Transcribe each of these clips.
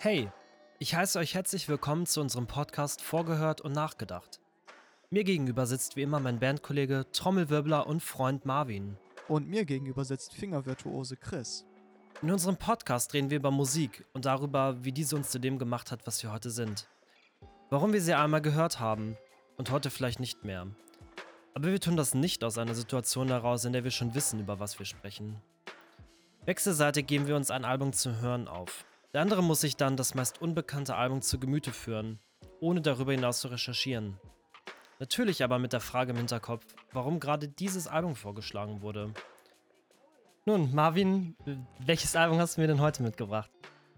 Hey, ich heiße euch herzlich willkommen zu unserem Podcast Vorgehört und Nachgedacht. Mir gegenüber sitzt wie immer mein Bandkollege, Trommelwirbler und Freund Marvin. Und mir gegenüber sitzt Fingervirtuose Chris. In unserem Podcast reden wir über Musik und darüber, wie diese uns zu dem gemacht hat, was wir heute sind. Warum wir sie einmal gehört haben und heute vielleicht nicht mehr. Aber wir tun das nicht aus einer Situation heraus, in der wir schon wissen, über was wir sprechen. Wechselseitig geben wir uns ein Album zum Hören auf. Der andere muss sich dann das meist unbekannte Album zu Gemüte führen, ohne darüber hinaus zu recherchieren. Natürlich aber mit der Frage im Hinterkopf, warum gerade dieses Album vorgeschlagen wurde. Nun, Marvin, welches Album hast du mir denn heute mitgebracht?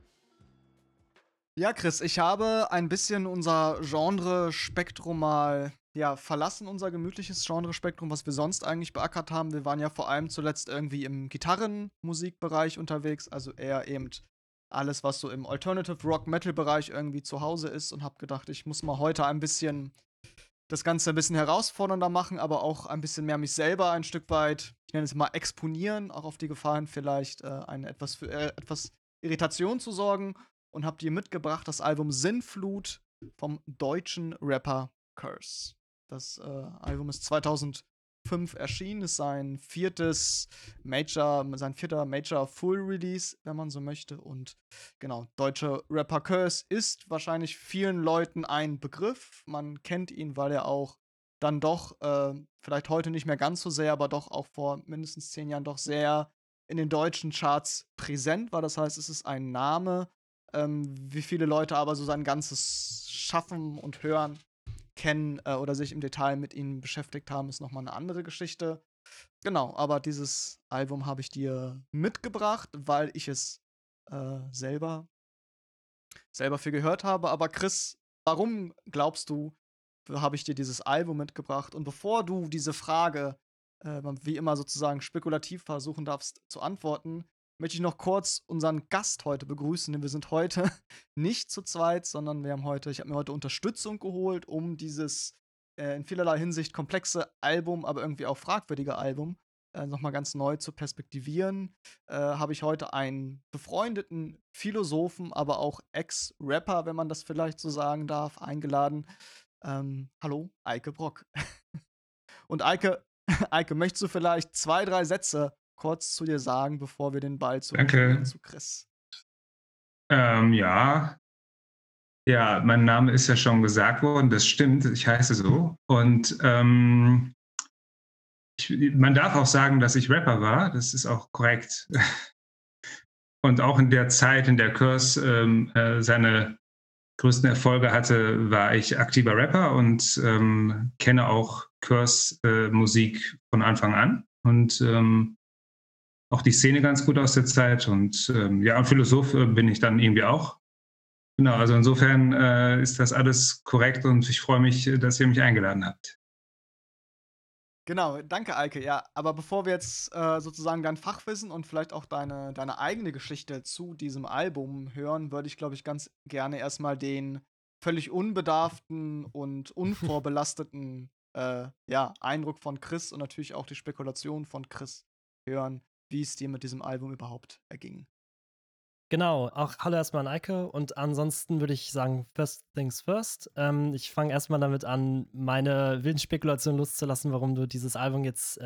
Ja, Chris, ich habe ein bisschen unser Genre-Spektrum mal verlassen, unser gemütliches Genre-Spektrum, was wir sonst eigentlich beackert haben. Wir waren ja vor allem zuletzt irgendwie im Gitarrenmusikbereich unterwegs, also eher eben alles, was so im Alternative Rock-Metal-Bereich irgendwie zu Hause ist und habe gedacht, ich muss mal heute ein bisschen das Ganze ein bisschen herausfordernder machen, aber auch ein bisschen mehr mich selber ein Stück weit, ich nenne es mal exponieren, auch auf die Gefahren vielleicht für etwas Irritation zu sorgen und habe dir mitgebracht das Album Sinnflut vom deutschen Rapper Curse. Das Album ist 2005 erschienen, ist sein vierter Major Full Release, wenn man so möchte. Und genau, deutscher Rapper Curse ist wahrscheinlich vielen Leuten ein Begriff. Man kennt ihn, weil er auch dann doch, vielleicht heute nicht mehr ganz so sehr, aber doch auch vor mindestens 10 Jahren doch sehr in den deutschen Charts präsent war. Das heißt, es ist ein Name, wie viele Leute aber so sein ganzes Schaffen und Hören kennen oder sich im Detail mit ihnen beschäftigt haben, ist nochmal eine andere Geschichte. Genau, aber dieses Album habe ich dir mitgebracht, weil ich es selber viel gehört habe. Aber Chris, warum glaubst du, habe ich dir dieses Album mitgebracht? Und bevor du diese Frage wie immer sozusagen spekulativ versuchen darfst zu antworten, möchte ich noch kurz unseren Gast heute begrüßen, denn wir sind heute nicht zu zweit, sondern ich habe mir heute Unterstützung geholt, um dieses in vielerlei Hinsicht komplexe Album, aber irgendwie auch fragwürdige Album nochmal ganz neu zu perspektivieren. Habe ich heute einen befreundeten Philosophen, aber auch Ex-Rapper, wenn man das vielleicht so sagen darf, eingeladen. Hallo, Eike Brock. Und Eike, Eike, möchtest du vielleicht 2, 3 Sätze kurz zu dir sagen, bevor wir den Ball zurückspielen Danke. zu Chris? Ja. Ja, mein Name ist ja schon gesagt worden, das stimmt, ich heiße so. Und man darf auch sagen, dass ich Rapper war, das ist auch korrekt. Und auch in der Zeit, in der Curse seine größten Erfolge hatte, war ich aktiver Rapper und kenne auch Curse Musik von Anfang an. Und auch die Szene ganz gut aus der Zeit. Und und Philosoph bin ich dann irgendwie auch. Genau, also insofern ist das alles korrekt und ich freue mich, dass ihr mich eingeladen habt. Genau, danke, Eike. Ja, aber bevor wir jetzt sozusagen dein Fachwissen und vielleicht auch deine eigene Geschichte zu diesem Album hören, würde ich, glaube ich, ganz gerne erstmal den völlig unbedarften und unvorbelasteten Eindruck von Chris und natürlich auch die Spekulation von Chris hören, wie es dir mit diesem Album überhaupt erging. Genau, auch hallo erstmal an Eike und ansonsten würde ich sagen, first things first. Ich fange erstmal damit an, meine wilden Spekulationen loszulassen, warum du dieses Album jetzt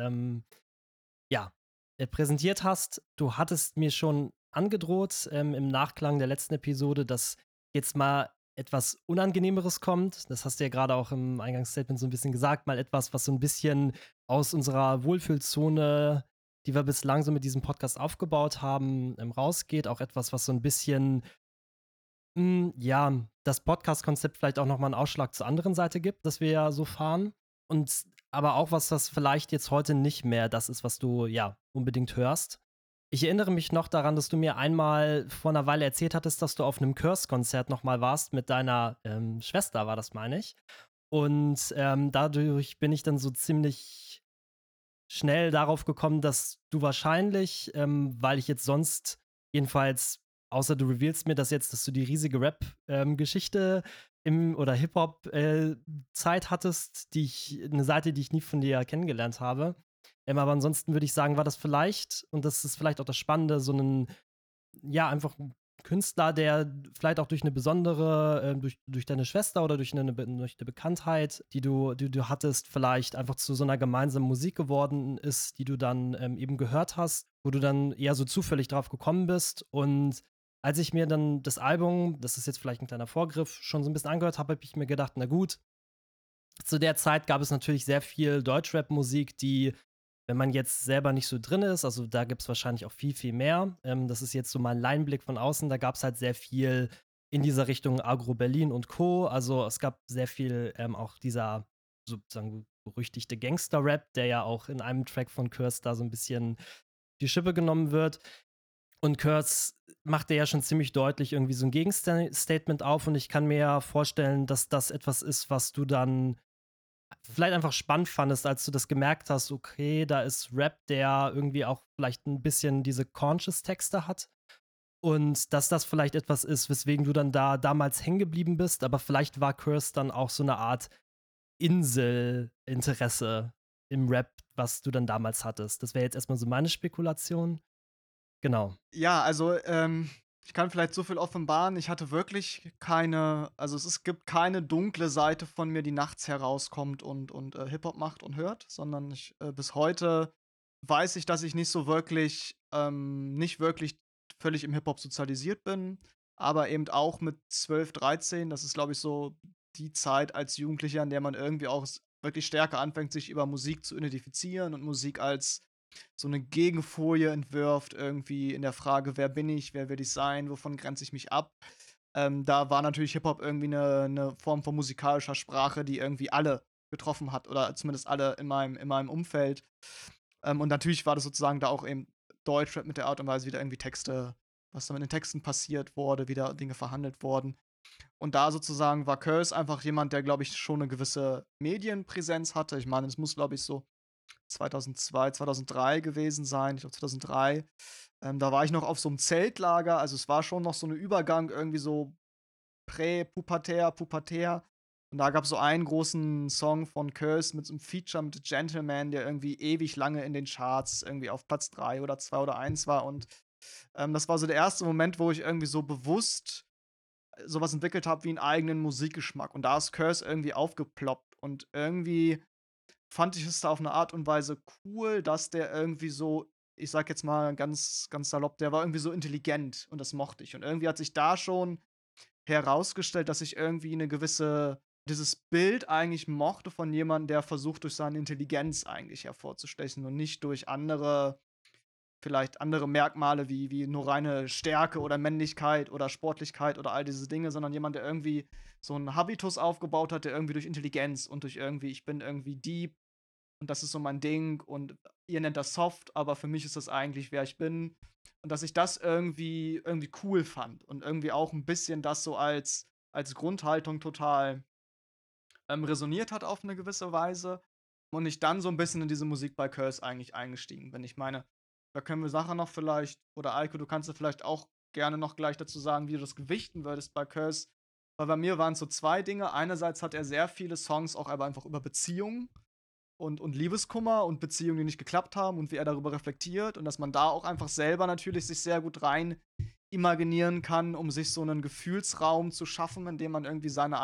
ja, präsentiert hast. Du hattest mir schon angedroht im Nachklang der letzten Episode, dass jetzt mal etwas Unangenehmeres kommt. Das hast du ja gerade auch im Eingangsstatement so ein bisschen gesagt, mal etwas, was so ein bisschen aus unserer Wohlfühlzone, die wir bislang so mit diesem Podcast aufgebaut haben, rausgeht. Auch etwas, was so ein bisschen, ja, das Podcast-Konzept vielleicht auch noch mal einen Ausschlag zur anderen Seite gibt, dass wir ja so fahren. Und aber auch was, das vielleicht jetzt heute nicht mehr das ist, was du, ja, unbedingt hörst. Ich erinnere mich noch daran, dass du mir einmal vor einer Weile erzählt hattest, dass du auf einem Curse-Konzert noch mal warst mit deiner, Schwester, war das, meine ich. Und, dadurch bin ich dann so ziemlich schnell darauf gekommen, dass du wahrscheinlich, weil ich jetzt sonst jedenfalls, außer du revealst mir das jetzt, dass du die riesige Rap-Geschichte oder Hip-Hop-Zeit hattest, eine Seite, die ich nie von dir kennengelernt habe. Aber ansonsten würde ich sagen, war das vielleicht, und das ist vielleicht auch das Spannende, so ein, ja, einfach Künstler, der vielleicht auch durch eine besondere, durch deine Schwester oder durch eine Bekanntheit, die du hattest, vielleicht einfach zu so einer gemeinsamen Musik geworden ist, die du dann eben gehört hast, wo du dann eher so zufällig drauf gekommen bist. Und als ich mir dann das Album, das ist jetzt vielleicht ein kleiner Vorgriff, schon so ein bisschen angehört habe, habe ich mir gedacht, na gut, zu der Zeit gab es natürlich sehr viel Deutschrap-Musik, die, wenn man jetzt selber nicht so drin ist, also da gibt es wahrscheinlich auch viel, viel mehr. Das ist jetzt so mein Laienblick von außen. Da gab es halt sehr viel in dieser Richtung Agro Berlin und Co. Also es gab sehr viel auch dieser sozusagen berüchtigte Gangster-Rap, der ja auch in einem Track von Curse da so ein bisschen die Schippe genommen wird. Und Curse machte ja schon ziemlich deutlich irgendwie so ein Gegenstatement auf. Und ich kann mir ja vorstellen, dass das etwas ist, was du dann vielleicht einfach spannend fandest, als du das gemerkt hast, okay, da ist Rap, der irgendwie auch vielleicht ein bisschen diese Conscious-Texte hat und dass das vielleicht etwas ist, weswegen du dann da damals hängen geblieben bist, aber vielleicht war Curse dann auch so eine Art Inselinteresse im Rap, was du dann damals hattest. Das wäre jetzt erstmal so meine Spekulation. Genau. Ja, also, ich kann vielleicht so viel offenbaren. Ich hatte wirklich also es gibt keine dunkle Seite von mir, die nachts herauskommt und Hip-Hop macht und hört, sondern bis heute weiß ich, dass ich nicht wirklich völlig im Hip-Hop sozialisiert bin, aber eben auch mit 12, 13. Das ist, glaube ich, so die Zeit als Jugendlicher, in der man irgendwie auch wirklich stärker anfängt, sich über Musik zu identifizieren und Musik als so eine Gegenfolie entwirft, irgendwie in der Frage, wer bin ich, wer will ich sein, wovon grenze ich mich ab. Da war natürlich Hip-Hop irgendwie eine Form von musikalischer Sprache, die irgendwie alle getroffen hat oder zumindest alle in meinem Umfeld. Und natürlich war das sozusagen da auch eben Deutschrap mit der Art und Weise, wie da irgendwie was da mit den Texten passiert wurde, wie da Dinge verhandelt wurden. Und da sozusagen war Curse einfach jemand, der, glaube ich, schon eine gewisse Medienpräsenz hatte. Ich meine, es muss, glaube ich, so 2002, 2003 gewesen sein. Ich glaube 2003. Da war ich noch auf so einem Zeltlager. Also es war schon noch so ein Übergang irgendwie so prä-pubertär, pubertär. Und da gab es so einen großen Song von Curse mit so einem Feature mit The Gentleman, der irgendwie ewig lange in den Charts irgendwie auf Platz 3 oder 2 oder 1 war. Und das war so der erste Moment, wo ich irgendwie so bewusst sowas entwickelt habe wie einen eigenen Musikgeschmack. Und da ist Curse irgendwie aufgeploppt. Und irgendwie fand ich es da auf eine Art und Weise cool, dass der irgendwie so, ich sag jetzt mal ganz, ganz salopp, der war irgendwie so intelligent und das mochte ich. Und irgendwie hat sich da schon herausgestellt, dass ich irgendwie dieses Bild eigentlich mochte von jemandem, der versucht, durch seine Intelligenz eigentlich hervorzustechen und nicht durch vielleicht andere Merkmale wie nur reine Stärke oder Männlichkeit oder Sportlichkeit oder all diese Dinge, sondern jemand, der irgendwie so einen Habitus aufgebaut hat, der irgendwie durch Intelligenz und durch irgendwie, ich bin irgendwie deep und das ist so mein Ding und ihr nennt das soft, aber für mich ist das eigentlich, wer ich bin. Und dass ich das irgendwie cool fand und irgendwie auch ein bisschen das so als Grundhaltung total resoniert hat auf eine gewisse Weise. Und ich dann so ein bisschen in diese Musik bei Curse eigentlich eingestiegen bin. Ich meine, da können wir Sachen noch vielleicht, oder Eiko, du kannst ja vielleicht auch gerne noch gleich dazu sagen, wie du das gewichten würdest bei Curse. Weil bei mir waren es so zwei Dinge. Einerseits hat er sehr viele Songs auch aber einfach über Beziehungen und Liebeskummer und Beziehungen, die nicht geklappt haben und wie er darüber reflektiert und dass man da auch einfach selber natürlich sich sehr gut rein imaginieren kann, um sich so einen Gefühlsraum zu schaffen, in dem man irgendwie sein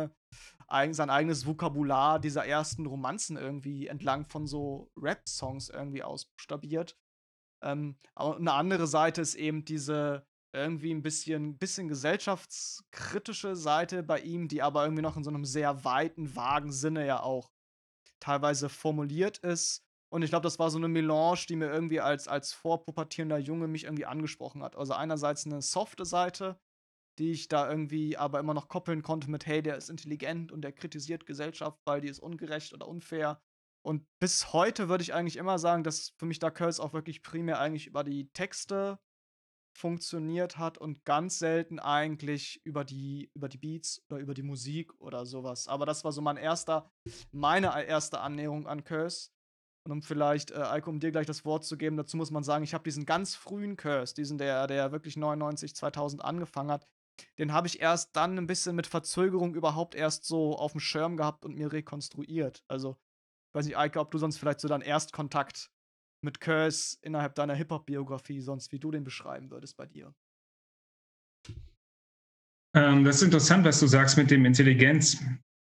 eigenes Vokabular dieser ersten Romanzen irgendwie entlang von so Rap-Songs irgendwie ausbuchstabiert. Aber eine andere Seite ist eben diese irgendwie ein bisschen gesellschaftskritische Seite bei ihm, die aber irgendwie noch in so einem sehr weiten, vagen Sinne ja auch teilweise formuliert ist. Und ich glaube, das war so eine Melange, die mir irgendwie als vorpubertierender Junge mich irgendwie angesprochen hat. Also einerseits eine softe Seite, die ich da irgendwie aber immer noch koppeln konnte mit: „Hey, der ist intelligent und der kritisiert Gesellschaft, weil die ist ungerecht oder unfair.“ Und bis heute würde ich eigentlich immer sagen, dass für mich da Curse auch wirklich primär eigentlich über die Texte funktioniert hat und ganz selten eigentlich über die Beats oder über die Musik oder sowas. Aber das war so meine erste Annäherung an Curse. Und um vielleicht, Eiko, um dir gleich das Wort zu geben, dazu muss man sagen, ich habe diesen ganz frühen Curse, der wirklich 99, 2000 angefangen hat, den habe ich erst dann ein bisschen mit Verzögerung überhaupt erst so auf dem Schirm gehabt und mir rekonstruiert. Also, weiß nicht, Eike, ob du sonst vielleicht so deinen Erstkontakt mit Curse innerhalb deiner Hip-Hop-Biografie sonst wie du den beschreiben würdest bei dir? Das ist interessant, was du sagst mit dem Intelligenz.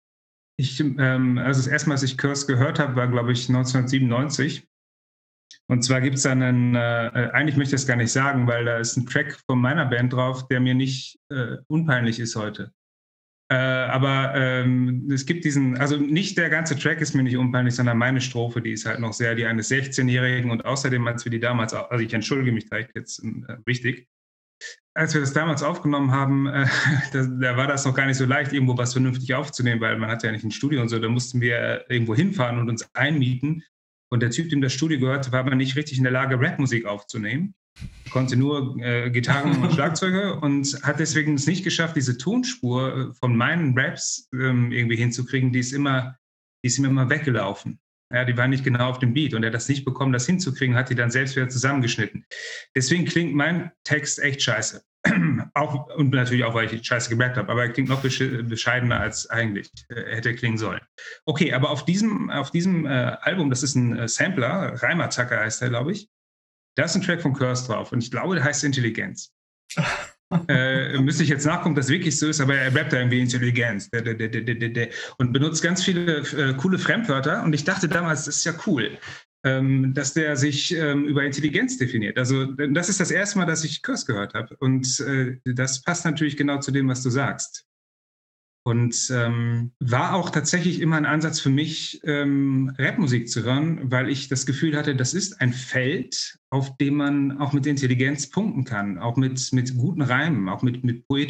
Also das erste Mal, als ich Curse gehört habe, war, glaube ich, 1997. Und zwar gibt es dann eigentlich möchte ich das gar nicht sagen, weil da ist ein Track von meiner Band drauf, der mir nicht unpeinlich ist heute. Aber es gibt also nicht der ganze Track ist mir nicht unpeinlich, sondern meine Strophe, die ist halt noch sehr die eines 16-Jährigen. Und außerdem, als wir die damals, also ich entschuldige mich direkt jetzt wichtig, als wir das damals aufgenommen haben, da war das noch gar nicht so leicht, irgendwo was vernünftig aufzunehmen, weil man hatte ja nicht ein Studio und so. Da mussten wir irgendwo hinfahren und uns einmieten. Und der Typ, dem das Studio gehörte, war aber nicht richtig in der Lage, Rapmusik aufzunehmen. Er konnte nur Gitarren und Schlagzeuge und hat deswegen es nicht geschafft, diese Tonspur von meinen Raps irgendwie hinzukriegen. Die ist ihm immer weggelaufen. Ja, die war nicht genau auf dem Beat und er hat das nicht bekommen, das hinzukriegen, hat die dann selbst wieder zusammengeschnitten. Deswegen klingt mein Text echt scheiße. Und natürlich auch, weil ich scheiße gerappt habe, aber er klingt noch bescheidener, als eigentlich hätte klingen sollen. Okay, aber auf diesem Album, das ist ein Sampler, Reimattacke heißt der, glaube ich, da ist ein Track von Curse drauf und ich glaube, der heißt Intelligenz. Müsste ich jetzt nachgucken, ob das wirklich so ist, aber er rappt da irgendwie Intelligenz und benutzt ganz viele coole Fremdwörter und ich dachte damals, das ist ja cool, dass der sich über Intelligenz definiert. Also das ist das erste Mal, dass ich Curse gehört habe und das passt natürlich genau zu dem, was du sagst. Und war auch tatsächlich immer ein Ansatz für mich, Rapmusik zu hören, weil ich das Gefühl hatte, das ist ein Feld, auf dem man auch mit Intelligenz punkten kann, auch mit guten Reimen, auch mit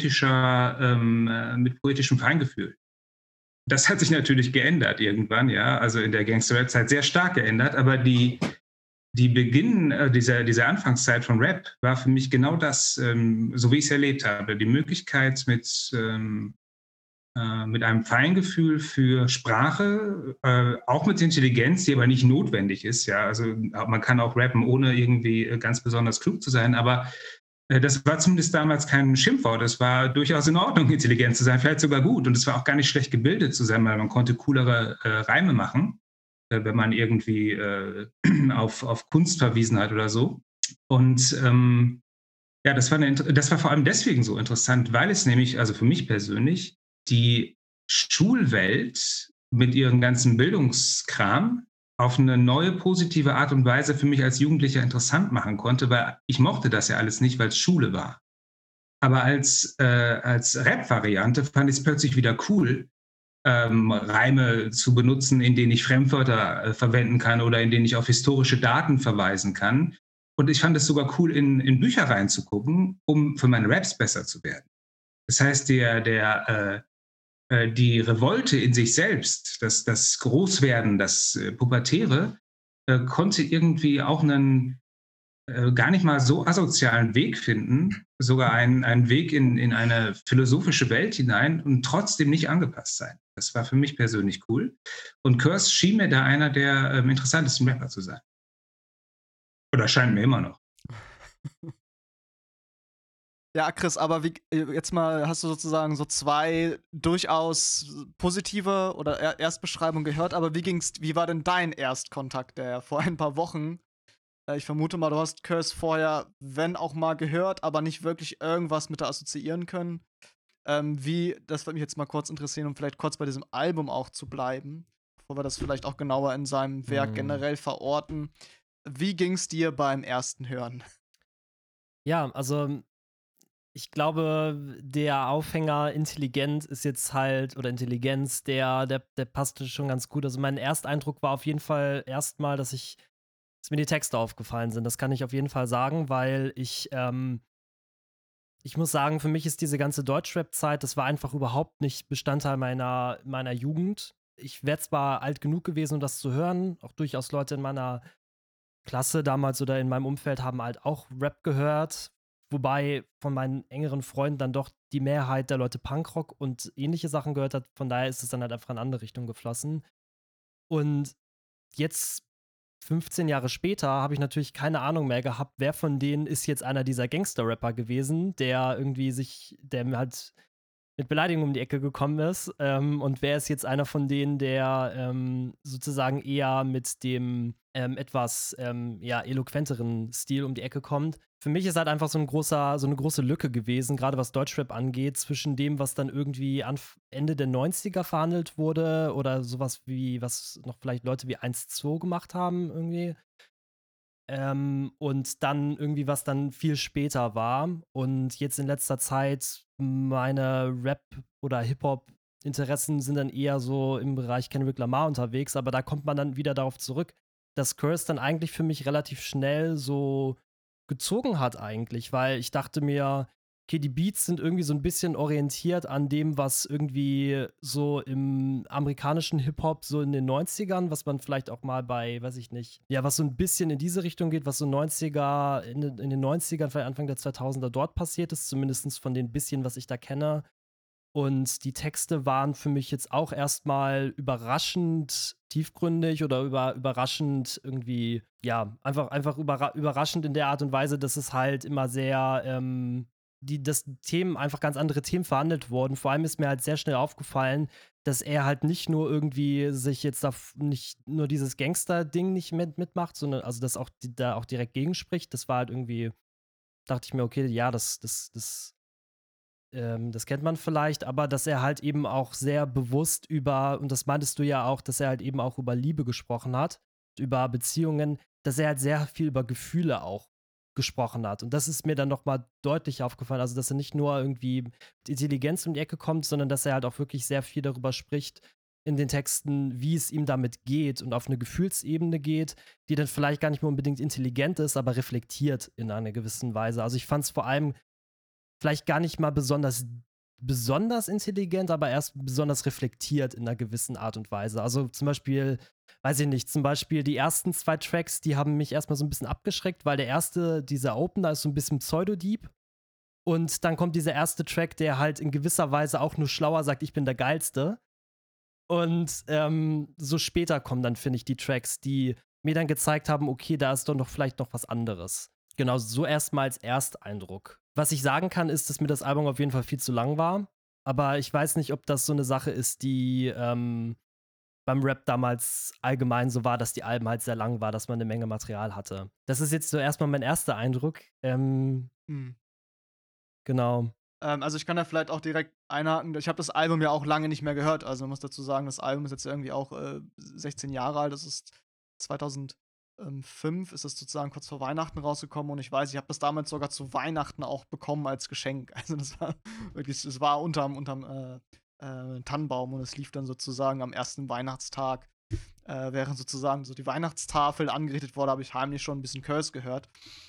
poetischem Feingefühl. Das hat sich natürlich geändert irgendwann, ja, also in der Gangster-Rap-Zeit sehr stark geändert, aber die Beginn dieser Anfangszeit von Rap war für mich genau das, so wie ich es erlebt habe, die Möglichkeit mit einem Feingefühl für Sprache, auch mit Intelligenz, die aber nicht notwendig ist. Ja, also man kann auch rappen, ohne irgendwie ganz besonders klug zu sein, aber das war zumindest damals kein Schimpfwort. Es war durchaus in Ordnung, intelligent zu sein, vielleicht sogar gut. Und es war auch gar nicht schlecht gebildet zu sein, weil man konnte coolere Reime machen, wenn man irgendwie auf Kunst verwiesen hat oder so. Und ja, das war vor allem deswegen so interessant, weil es nämlich, also für mich persönlich, die Schulwelt mit ihrem ganzen Bildungskram auf eine neue positive Art und Weise für mich als Jugendlicher interessant machen konnte, weil ich mochte das ja alles nicht, weil es Schule war. Aber als Rap-Variante fand ich es plötzlich wieder cool, Reime zu benutzen, in denen ich Fremdwörter verwenden kann oder in denen ich auf historische Daten verweisen kann. Und ich fand es sogar cool, in Bücher reinzugucken, um für meine Raps besser zu werden. Das heißt, die Revolte in sich selbst, das Großwerden, das Pubertäre, konnte irgendwie auch einen gar nicht mal so asozialen Weg finden, sogar einen Weg in eine philosophische Welt hinein und trotzdem nicht angepasst sein. Das war für mich persönlich cool. Und Curse schien mir da einer der interessantesten Rapper zu sein. Oder scheint mir immer noch. Ja, Chris, aber jetzt mal hast du sozusagen so zwei durchaus positive oder Erstbeschreibungen gehört, aber wie war denn dein Erstkontakt, der vor ein paar Wochen? Ich vermute mal, du hast Curse vorher, wenn auch mal gehört, aber nicht wirklich irgendwas mit da assoziieren können. Das würde mich jetzt mal kurz interessieren, um vielleicht kurz bei diesem Album auch zu bleiben, bevor wir das vielleicht auch genauer in seinem Werk generell verorten. Wie ging's dir beim ersten Hören? Ja, also ich glaube, der Aufhänger Intelligenz ist jetzt halt, oder Intelligenz, der passte schon ganz gut. Also mein Ersteindruck war auf jeden Fall erstmal, dass mir die Texte aufgefallen sind. Das kann ich auf jeden Fall sagen, weil ich muss sagen, für mich ist diese ganze Deutschrap-Zeit, das war einfach überhaupt nicht Bestandteil meiner Jugend. Ich wäre zwar alt genug gewesen, um das zu hören, auch durchaus Leute in meiner Klasse damals oder in meinem Umfeld haben halt auch Rap gehört, wobei von meinen engeren Freunden dann doch die Mehrheit der Leute Punkrock und ähnliche Sachen gehört hat. Von daher ist es dann halt einfach in eine andere Richtung geflossen. Und jetzt, 15 Jahre später, habe ich natürlich keine Ahnung mehr gehabt, wer von denen ist jetzt einer dieser Gangster-Rapper gewesen, der irgendwie der mir halt mit Beleidigung um die Ecke gekommen ist und wer ist jetzt einer von denen, der sozusagen eher mit dem etwas ja, eloquenteren Stil um die Ecke kommt. Für mich ist halt einfach so eine große Lücke gewesen, gerade was Deutschrap angeht, zwischen dem, was dann irgendwie Ende der 90er verhandelt wurde oder sowas wie, was noch vielleicht Leute wie 1-2 gemacht haben irgendwie. Und dann irgendwie, was dann viel später war. Und jetzt in letzter Zeit meine Rap- oder Hip-Hop-Interessen sind dann eher so im Bereich Kendrick Lamar unterwegs, aber da kommt man dann wieder darauf zurück, dass Curse dann eigentlich für mich relativ schnell so gezogen hat eigentlich, weil ich dachte mir, okay, die Beats sind irgendwie so ein bisschen orientiert an dem, was irgendwie so im amerikanischen Hip-Hop so in den 90ern, was man vielleicht auch mal bei, weiß ich nicht, ja, was so ein bisschen in diese Richtung geht, was so 90er, in den 90ern, vielleicht Anfang der 2000er dort passiert ist, zumindest von den bisschen, was ich da kenne. Und die Texte waren für mich jetzt auch erstmal überraschend tiefgründig oder überraschend irgendwie, ja, einfach überraschend in der Art und Weise, dass es halt immer sehr, dass Themen, einfach ganz andere Themen verhandelt wurden. Vor allem ist mir halt sehr schnell aufgefallen, dass er halt nicht nur irgendwie sich jetzt nicht nur dieses Gangster-Ding nicht mitmacht, sondern also das auch da auch direkt gegenspricht. Das war halt irgendwie, dachte ich mir, okay, ja, das kennt man vielleicht, aber dass er halt eben auch sehr bewusst und das meintest du ja auch, dass er halt eben auch über Liebe gesprochen hat, über Beziehungen, dass er halt sehr viel über Gefühle auch gesprochen hat. Und das ist mir dann nochmal deutlich aufgefallen. Also, dass er nicht nur irgendwie mit Intelligenz um die Ecke kommt, sondern dass er halt auch wirklich sehr viel darüber spricht in den Texten, wie es ihm damit geht und auf eine Gefühlsebene geht, die dann vielleicht gar nicht mehr unbedingt intelligent ist, aber reflektiert in einer gewissen Weise. Also, ich fand es vor allem vielleicht gar nicht mal besonders intelligent, aber erst besonders reflektiert in einer gewissen Art und Weise. Also zum Beispiel, weiß ich nicht, zum Beispiel die ersten 2 Tracks, die haben mich erstmal so ein bisschen abgeschreckt, weil der erste, dieser Opener, ist so ein bisschen Pseudo-Deep. Und dann kommt dieser erste Track, der halt in gewisser Weise auch nur schlauer sagt, ich bin der Geilste. Und so später kommen dann, finde ich, die Tracks, die mir dann gezeigt haben, okay, da ist doch noch vielleicht noch was anderes. Genau, so erstmal als Ersteindruck. Was ich sagen kann, ist, dass mir das Album auf jeden Fall viel zu lang war. Aber ich weiß nicht, ob das so eine Sache ist, die beim Rap damals allgemein so war, dass die Alben halt sehr lang war, dass man eine Menge Material hatte. Das ist jetzt so erstmal mein erster Eindruck. Genau. Also ich kann da vielleicht auch direkt einhaken. Ich habe das Album ja auch lange nicht mehr gehört. Also man muss dazu sagen, das Album ist jetzt irgendwie auch 16 Jahre alt. Das ist 2005 ist es sozusagen kurz vor Weihnachten rausgekommen und ich weiß, ich habe das damals sogar zu Weihnachten auch bekommen als Geschenk. Also das war wirklich, es war unterm Tannenbaum und es lief dann sozusagen am ersten Weihnachtstag, während sozusagen so die Weihnachtstafel angerichtet wurde, habe ich heimlich schon ein bisschen Curse gehört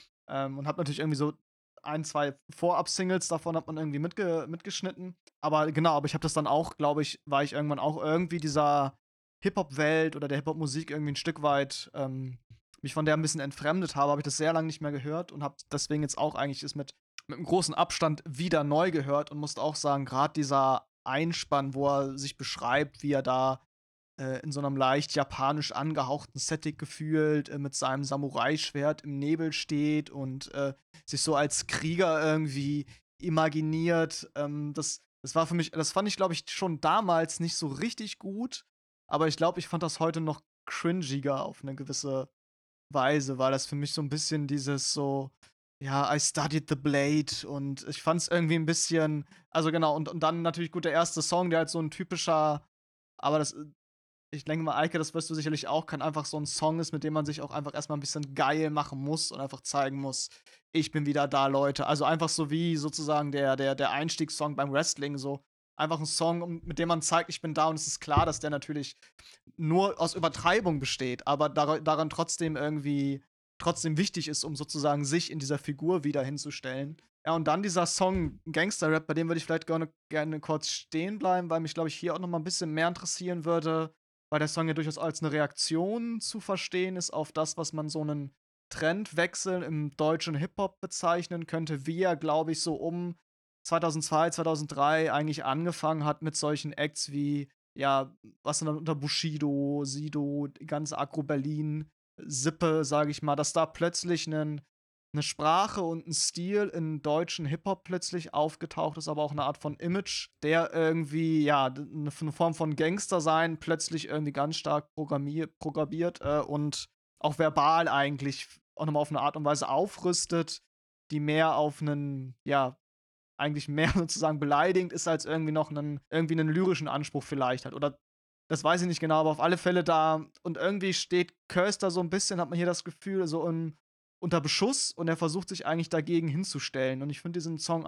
und habe natürlich irgendwie so 1, 2 Vorab-Singles davon hat man irgendwie mitgeschnitten. Aber genau, aber ich habe das dann auch, glaube ich, war ich irgendwann auch irgendwie dieser Hip-Hop-Welt oder der Hip-Hop-Musik irgendwie ein Stück weit mich von der ein bisschen entfremdet habe ich das sehr lange nicht mehr gehört und habe deswegen jetzt auch eigentlich es mit einem großen Abstand wieder neu gehört und musste auch sagen, gerade dieser Einspann, wo er sich beschreibt, wie er da in so einem leicht japanisch angehauchten Setting gefühlt, mit seinem Samurai-Schwert im Nebel steht und sich so als Krieger irgendwie imaginiert. Das war für mich, das fand ich, glaube ich, schon damals nicht so richtig gut, aber ich glaube, ich fand das heute noch cringiger auf eine gewisse Weise, weil das für mich so ein bisschen dieses so, ja, I studied the blade und ich fand es irgendwie ein bisschen, also genau, und dann natürlich gut der erste Song, der halt so ein typischer, aber das ich denke mal, Eike, das wirst du sicherlich auch, kann einfach so ein Song ist, mit dem man sich auch einfach erstmal ein bisschen geil machen muss und einfach zeigen muss, ich bin wieder da, Leute. Also einfach so wie sozusagen der Einstiegssong beim Wrestling, so einfach ein Song, mit dem man zeigt, ich bin da und es ist klar, dass der natürlich nur aus Übertreibung besteht, aber daran trotzdem irgendwie trotzdem wichtig ist, um sozusagen sich in dieser Figur wieder hinzustellen. Ja, und dann dieser Song Gangster-Rap, bei dem würde ich vielleicht gerne kurz stehen bleiben, weil mich, glaube ich, hier auch noch mal ein bisschen mehr interessieren würde, weil der Song ja durchaus als eine Reaktion zu verstehen ist auf das, was man so einen Trendwechsel im deutschen Hip-Hop bezeichnen könnte, wie er, glaube ich, so um 2002, 2003 eigentlich angefangen hat mit solchen Acts wie, ja, was dann unter Bushido, Sido, die ganze Agro-Berlin, Sippe, sage ich mal, dass da plötzlich ein eine Sprache und ein Stil in deutschen Hip-Hop plötzlich aufgetaucht ist, aber auch eine Art von Image, der irgendwie, ja, eine Form von Gangster sein plötzlich irgendwie ganz stark programmiert und auch verbal eigentlich auch nochmal auf eine Art und Weise aufrüstet, die mehr auf einen, ja, eigentlich mehr sozusagen beleidigend ist, als irgendwie einen lyrischen Anspruch vielleicht hat. Oder das weiß ich nicht genau, aber auf alle Fälle da. Und irgendwie steht Curse da so ein bisschen, hat man hier das Gefühl, so unter Beschuss und er versucht sich eigentlich dagegen hinzustellen. Und ich finde diesen Song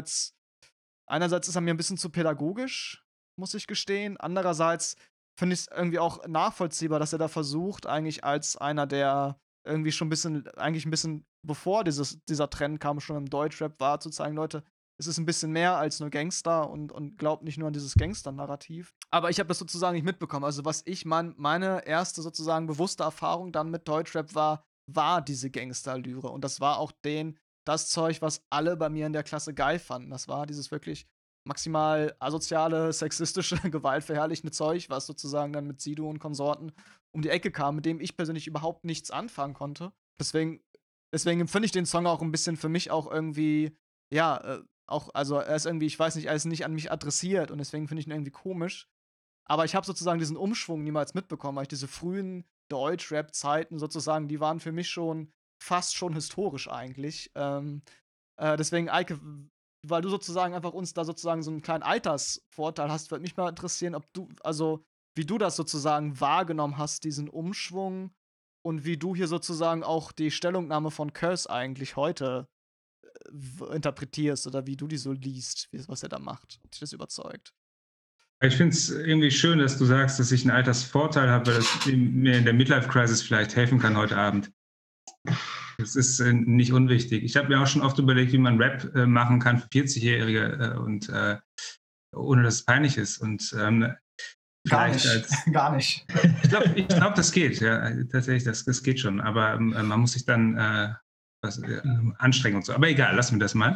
einerseits ist er mir ein bisschen zu pädagogisch, muss ich gestehen. Andererseits finde ich es irgendwie auch nachvollziehbar, dass er da versucht, eigentlich als einer, der irgendwie schon ein bisschen bevor dieser Trend kam, schon im Deutschrap war, zu zeigen, Leute, es ist ein bisschen mehr als nur Gangster und glaubt nicht nur an dieses Gangster-Narrativ. Aber ich habe das sozusagen nicht mitbekommen. Also, meine erste sozusagen bewusste Erfahrung dann mit Deutschrap war diese Gangster-Lyre. Und das war auch das Zeug, was alle bei mir in der Klasse geil fanden. Das war dieses wirklich maximal asoziale, sexistische, gewaltverherrlichende Zeug, was sozusagen dann mit Sido und Konsorten um die Ecke kam, mit dem ich persönlich überhaupt nichts anfangen konnte. Deswegen empfinde ich den Song auch ein bisschen für mich auch irgendwie, ja, also er ist irgendwie, ich weiß nicht, er ist nicht an mich adressiert und deswegen finde ich ihn irgendwie komisch. Aber ich habe sozusagen diesen Umschwung niemals mitbekommen, weil ich diese frühen Deutsch-Rap-Zeiten sozusagen, die waren für mich schon fast schon historisch eigentlich. Deswegen, Eike, weil du sozusagen einfach uns da sozusagen so einen kleinen Altersvorteil hast, würde mich mal interessieren, wie du das sozusagen wahrgenommen hast, diesen Umschwung und wie du hier sozusagen auch die Stellungnahme von Curse eigentlich heute interpretierst oder wie du die so liest, was er da macht, ob dich das überzeugt. Ich finde es irgendwie schön, dass du sagst, dass ich einen Altersvorteil habe, weil das mir in der Midlife-Crisis vielleicht helfen kann heute Abend. Das ist nicht unwichtig. Ich habe mir auch schon oft überlegt, wie man Rap machen kann für 40-Jährige und ohne dass es peinlich ist. Und gar nicht. Ich glaube, das geht. Ja, tatsächlich, das geht schon. Aber man muss sich dann anstrengen und so. Aber egal, lassen wir das mal.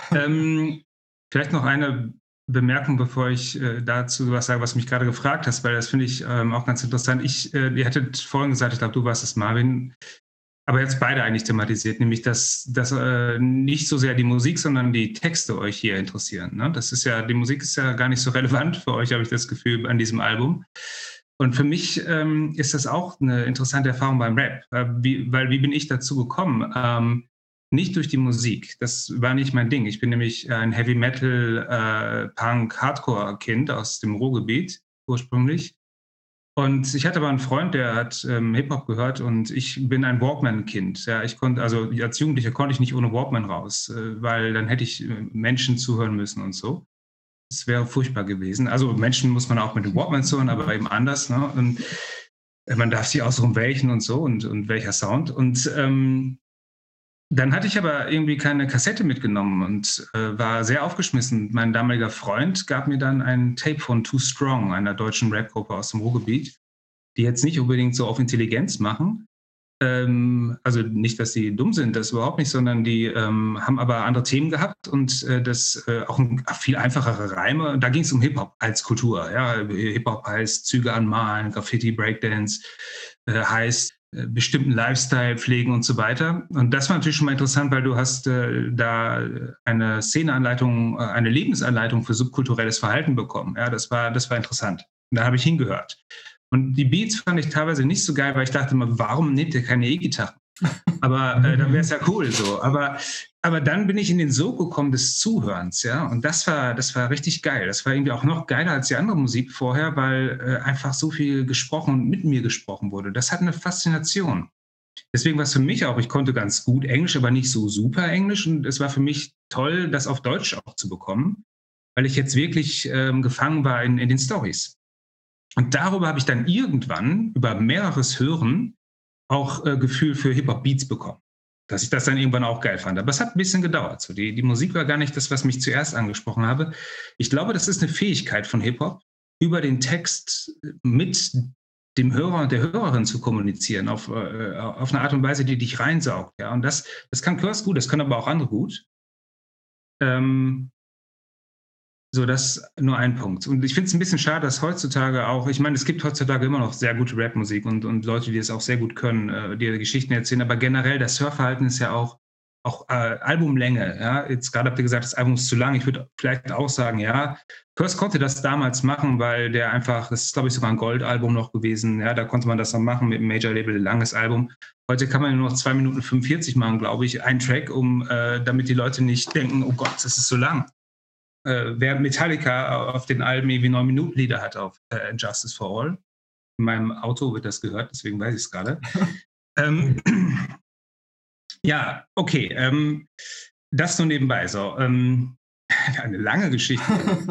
Vielleicht noch eine Bemerkung, bevor ich dazu was sage, was du mich gerade gefragt hast, weil das finde ich auch ganz interessant. Ihr hattet vorhin gesagt, ich glaube, du warst es, Marvin, aber jetzt beide eigentlich thematisiert, nämlich, dass nicht so sehr die Musik, sondern die Texte euch hier interessieren. Ne? Die Musik ist ja gar nicht so relevant für euch, habe ich das Gefühl, an diesem Album. Und für mich ist das auch eine interessante Erfahrung beim Rap. Wie bin ich dazu gekommen? Nicht durch die Musik. Das war nicht mein Ding. Ich bin nämlich ein Heavy Metal, Punk, Hardcore-Kind aus dem Ruhrgebiet ursprünglich. Und ich hatte aber einen Freund, der hat Hip-Hop gehört und ich bin ein Walkman-Kind. Ja, also als Jugendlicher konnte ich nicht ohne Walkman raus, weil dann hätte ich Menschen zuhören müssen und so. Das wäre furchtbar gewesen. Also Menschen muss man auch mit dem Walkman zuhören, aber eben anders. Ne? Und man darf sich aussuchen, welchen und so und welcher Sound. Und dann hatte ich aber irgendwie keine Kassette mitgenommen und war sehr aufgeschmissen. Mein damaliger Freund gab mir dann ein Tape von Too Strong, einer deutschen Rapgruppe aus dem Ruhrgebiet, die jetzt nicht unbedingt so auf Intelligenz machen. Also nicht, dass die dumm sind, das überhaupt nicht, sondern die haben aber andere Themen gehabt und auch viel einfachere Reime. Da ging es um Hip-Hop als Kultur. Ja? Hip-Hop heißt Züge anmalen, Graffiti, Breakdance, heißt bestimmten Lifestyle pflegen und so weiter. Und das war natürlich schon mal interessant, weil du hast da eine Szeneanleitung, eine Lebensanleitung für subkulturelles Verhalten bekommen. Ja, das war interessant. Und da habe ich hingehört. Und die Beats fand ich teilweise nicht so geil, weil ich dachte immer, warum nehmt ihr keine E-Gitarren? Aber dann wäre es ja cool so. Aber dann bin ich in den Sog gekommen des Zuhörens, ja. Und das war richtig geil. Das war irgendwie auch noch geiler als die andere Musik vorher, weil einfach so viel gesprochen und mit mir gesprochen wurde. Das hat eine Faszination. Deswegen war es für mich auch, ich konnte ganz gut Englisch, aber nicht so super Englisch. Und es war für mich toll, das auf Deutsch auch zu bekommen, weil ich jetzt wirklich gefangen war in den Storys. Und darüber habe ich dann irgendwann über mehreres Hören auch Gefühl für Hip-Hop-Beats bekommen. Dass ich das dann irgendwann auch geil fand. Aber es hat ein bisschen gedauert. So, die Musik war gar nicht das, was mich zuerst angesprochen habe. Ich glaube, das ist eine Fähigkeit von Hip-Hop, über den Text mit dem Hörer und der Hörerin zu kommunizieren, auf eine Art und Weise, die dich reinsaugt. Ja? Und das kann Curse gut, das können aber auch andere gut. So, das nur ein Punkt. Und ich finde es ein bisschen schade, dass heutzutage auch, ich meine, es gibt heutzutage immer noch sehr gute Rapmusik und Leute, die es auch sehr gut können, die Geschichten erzählen, aber generell das Hörverhalten ist ja auch auch Albumlänge. Ja? Jetzt gerade habt ihr gesagt, das Album ist zu lang. Ich würde vielleicht auch sagen, ja, Curse konnte das damals machen, weil der einfach, das ist glaube ich sogar ein Goldalbum noch gewesen. Ja, da konnte man das dann machen mit einem Major-Label, ein langes Album. Heute kann man nur noch 2 Minuten 45 machen, glaube ich, ein Track, damit die Leute nicht denken, oh Gott, das ist so lang. Wer Metallica auf den Alben irgendwie 9-Minuten-Lieder hat auf Justice for All. In meinem Auto wird das gehört, deswegen weiß ich es gerade. Ja, okay. Das nur nebenbei. So, eine lange Geschichte.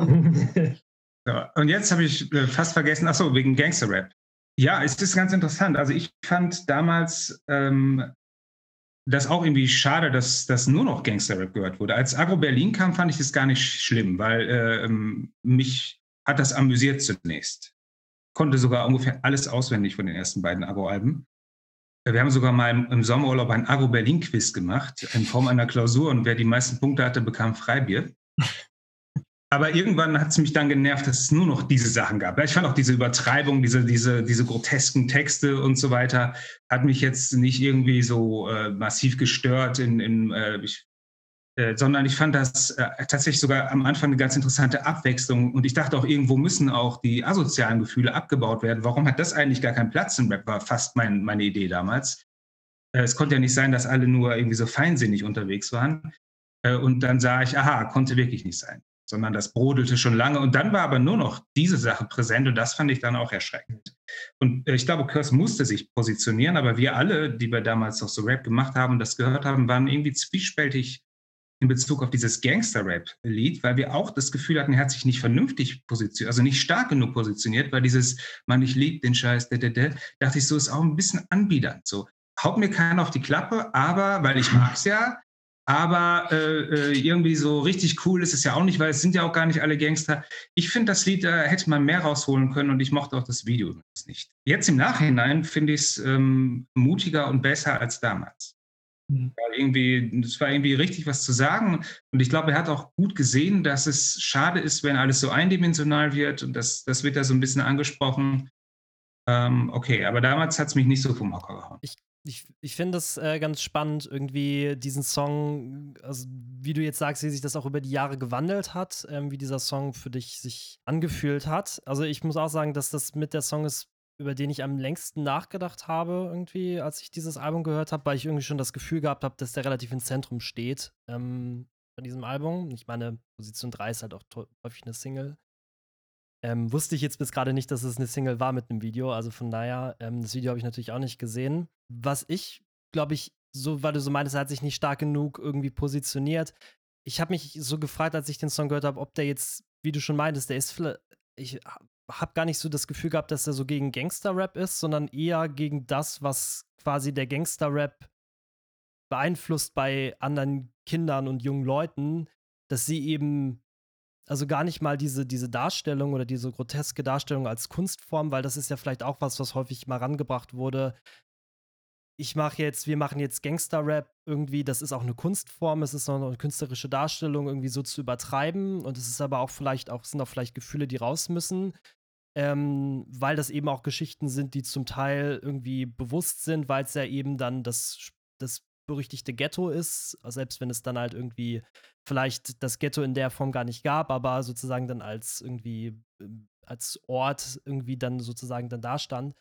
So, und jetzt habe ich fast vergessen, achso, wegen Gangster-Rap. Ja, es ist ganz interessant. Also ich fand damals das auch irgendwie schade, dass das nur noch Gangster-Rap gehört wurde. Als Agro Berlin kam, fand ich das gar nicht schlimm, weil mich hat das amüsiert zunächst. Konnte sogar ungefähr alles auswendig von den ersten beiden Agro-Alben. Wir haben sogar mal im Sommerurlaub ein Agro Berlin Quiz gemacht, in Form einer Klausur, und wer die meisten Punkte hatte, bekam Freibier. Aber irgendwann hat es mich dann genervt, dass es nur noch diese Sachen gab. Ich fand auch diese Übertreibung, diese grotesken Texte und so weiter, hat mich jetzt nicht irgendwie so massiv gestört, sondern ich fand das tatsächlich sogar am Anfang eine ganz interessante Abwechslung. Und ich dachte auch, irgendwo müssen auch die asozialen Gefühle abgebaut werden. Warum hat das eigentlich gar keinen Platz im Rap, war fast meine Idee damals. Es konnte ja nicht sein, dass alle nur irgendwie so feinsinnig unterwegs waren. Und dann sah ich, aha, konnte wirklich nicht sein. Sondern das brodelte schon lange. Und dann war aber nur noch diese Sache präsent, und das fand ich dann auch erschreckend. Und ich glaube, Curse musste sich positionieren, aber wir alle, die wir damals noch so Rap gemacht haben und das gehört haben, waren irgendwie zwiespältig in Bezug auf dieses Gangster-Rap-Lied, weil wir auch das Gefühl hatten, er hat sich nicht vernünftig positioniert, also nicht stark genug positioniert, weil dieses Mann, ich lieb den Scheiß, dachte ich so, ist auch ein bisschen anbiedernd. So, haut mir keiner auf die Klappe, aber, weil ich mag's ja, aber irgendwie so richtig cool ist es ja auch nicht, weil es sind ja auch gar nicht alle Gangster. Ich finde, das Lied, da hätte man mehr rausholen können, und ich mochte auch das Video nicht. Jetzt im Nachhinein finde ich es mutiger und besser als damals. Es war irgendwie richtig, was zu sagen. Und ich glaube, er hat auch gut gesehen, dass es schade ist, wenn alles so eindimensional wird. Und das wird da so ein bisschen angesprochen. Okay, aber damals hat es mich nicht so vom Hocker gehauen. Ich finde es ganz spannend, irgendwie diesen Song, also wie du jetzt sagst, wie sich das auch über die Jahre gewandelt hat, wie dieser Song für dich sich angefühlt hat. Also ich muss auch sagen, dass das mit der Song ist, über den ich am längsten nachgedacht habe, irgendwie, als ich dieses Album gehört habe, weil ich irgendwie schon das Gefühl gehabt habe, dass der relativ im Zentrum steht von diesem Album. Ich meine, Position 3 ist halt auch häufig eine Single. Wusste ich jetzt bis gerade nicht, dass es eine Single war mit einem Video, also von daher, das Video habe ich natürlich auch nicht gesehen. Was ich, glaube ich, so, weil du so meintest, er hat sich nicht stark genug irgendwie positioniert. Ich habe mich so gefragt, als ich den Song gehört habe, ob der jetzt, wie du schon meintest, der ist vielleicht, ich habe gar nicht so das Gefühl gehabt, dass er so gegen Gangster-Rap ist, sondern eher gegen das, was quasi der Gangster-Rap beeinflusst bei anderen Kindern und jungen Leuten, dass sie eben, also gar nicht mal diese Darstellung oder diese groteske Darstellung als Kunstform, weil das ist ja vielleicht auch was häufig mal rangebracht wurde. Wir machen jetzt Gangster-Rap irgendwie, das ist auch eine Kunstform, es ist noch eine künstlerische Darstellung, irgendwie so zu übertreiben, und es ist aber auch sind auch vielleicht Gefühle, die raus müssen, weil das eben auch Geschichten sind, die zum Teil irgendwie bewusst sind, weil es ja eben dann das berüchtigte Ghetto ist, selbst wenn es dann halt irgendwie vielleicht das Ghetto in der Form gar nicht gab, aber sozusagen dann als als Ort irgendwie dann sozusagen dann dastand.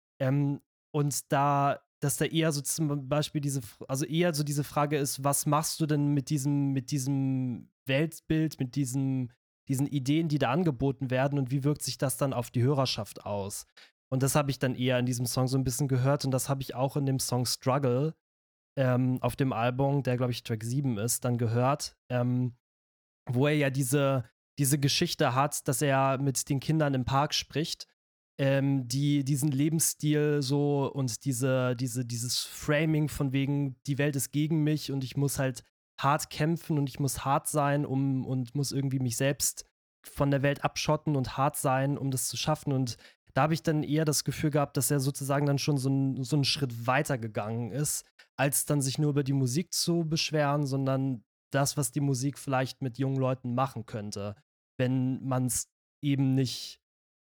Und dass da eher so zum Beispiel eher so diese Frage ist, was machst du denn mit diesem Weltbild, mit diesen Ideen, die da angeboten werden, und wie wirkt sich das dann auf die Hörerschaft aus? Und das habe ich dann eher in diesem Song so ein bisschen gehört, und das habe ich auch in dem Song Struggle auf dem Album, der, glaube ich, Track 7 ist, dann gehört, wo er ja diese Geschichte hat, dass er mit den Kindern im Park spricht, die diesen Lebensstil so und dieses Framing von wegen, die Welt ist gegen mich und ich muss halt hart kämpfen und ich muss hart sein, und muss irgendwie mich selbst von der Welt abschotten und hart sein, um das zu schaffen. Und da habe ich dann eher das Gefühl gehabt, dass er sozusagen dann schon so einen Schritt weiter gegangen ist, als dann sich nur über die Musik zu beschweren, sondern das, was die Musik vielleicht mit jungen Leuten machen könnte, wenn man es eben nicht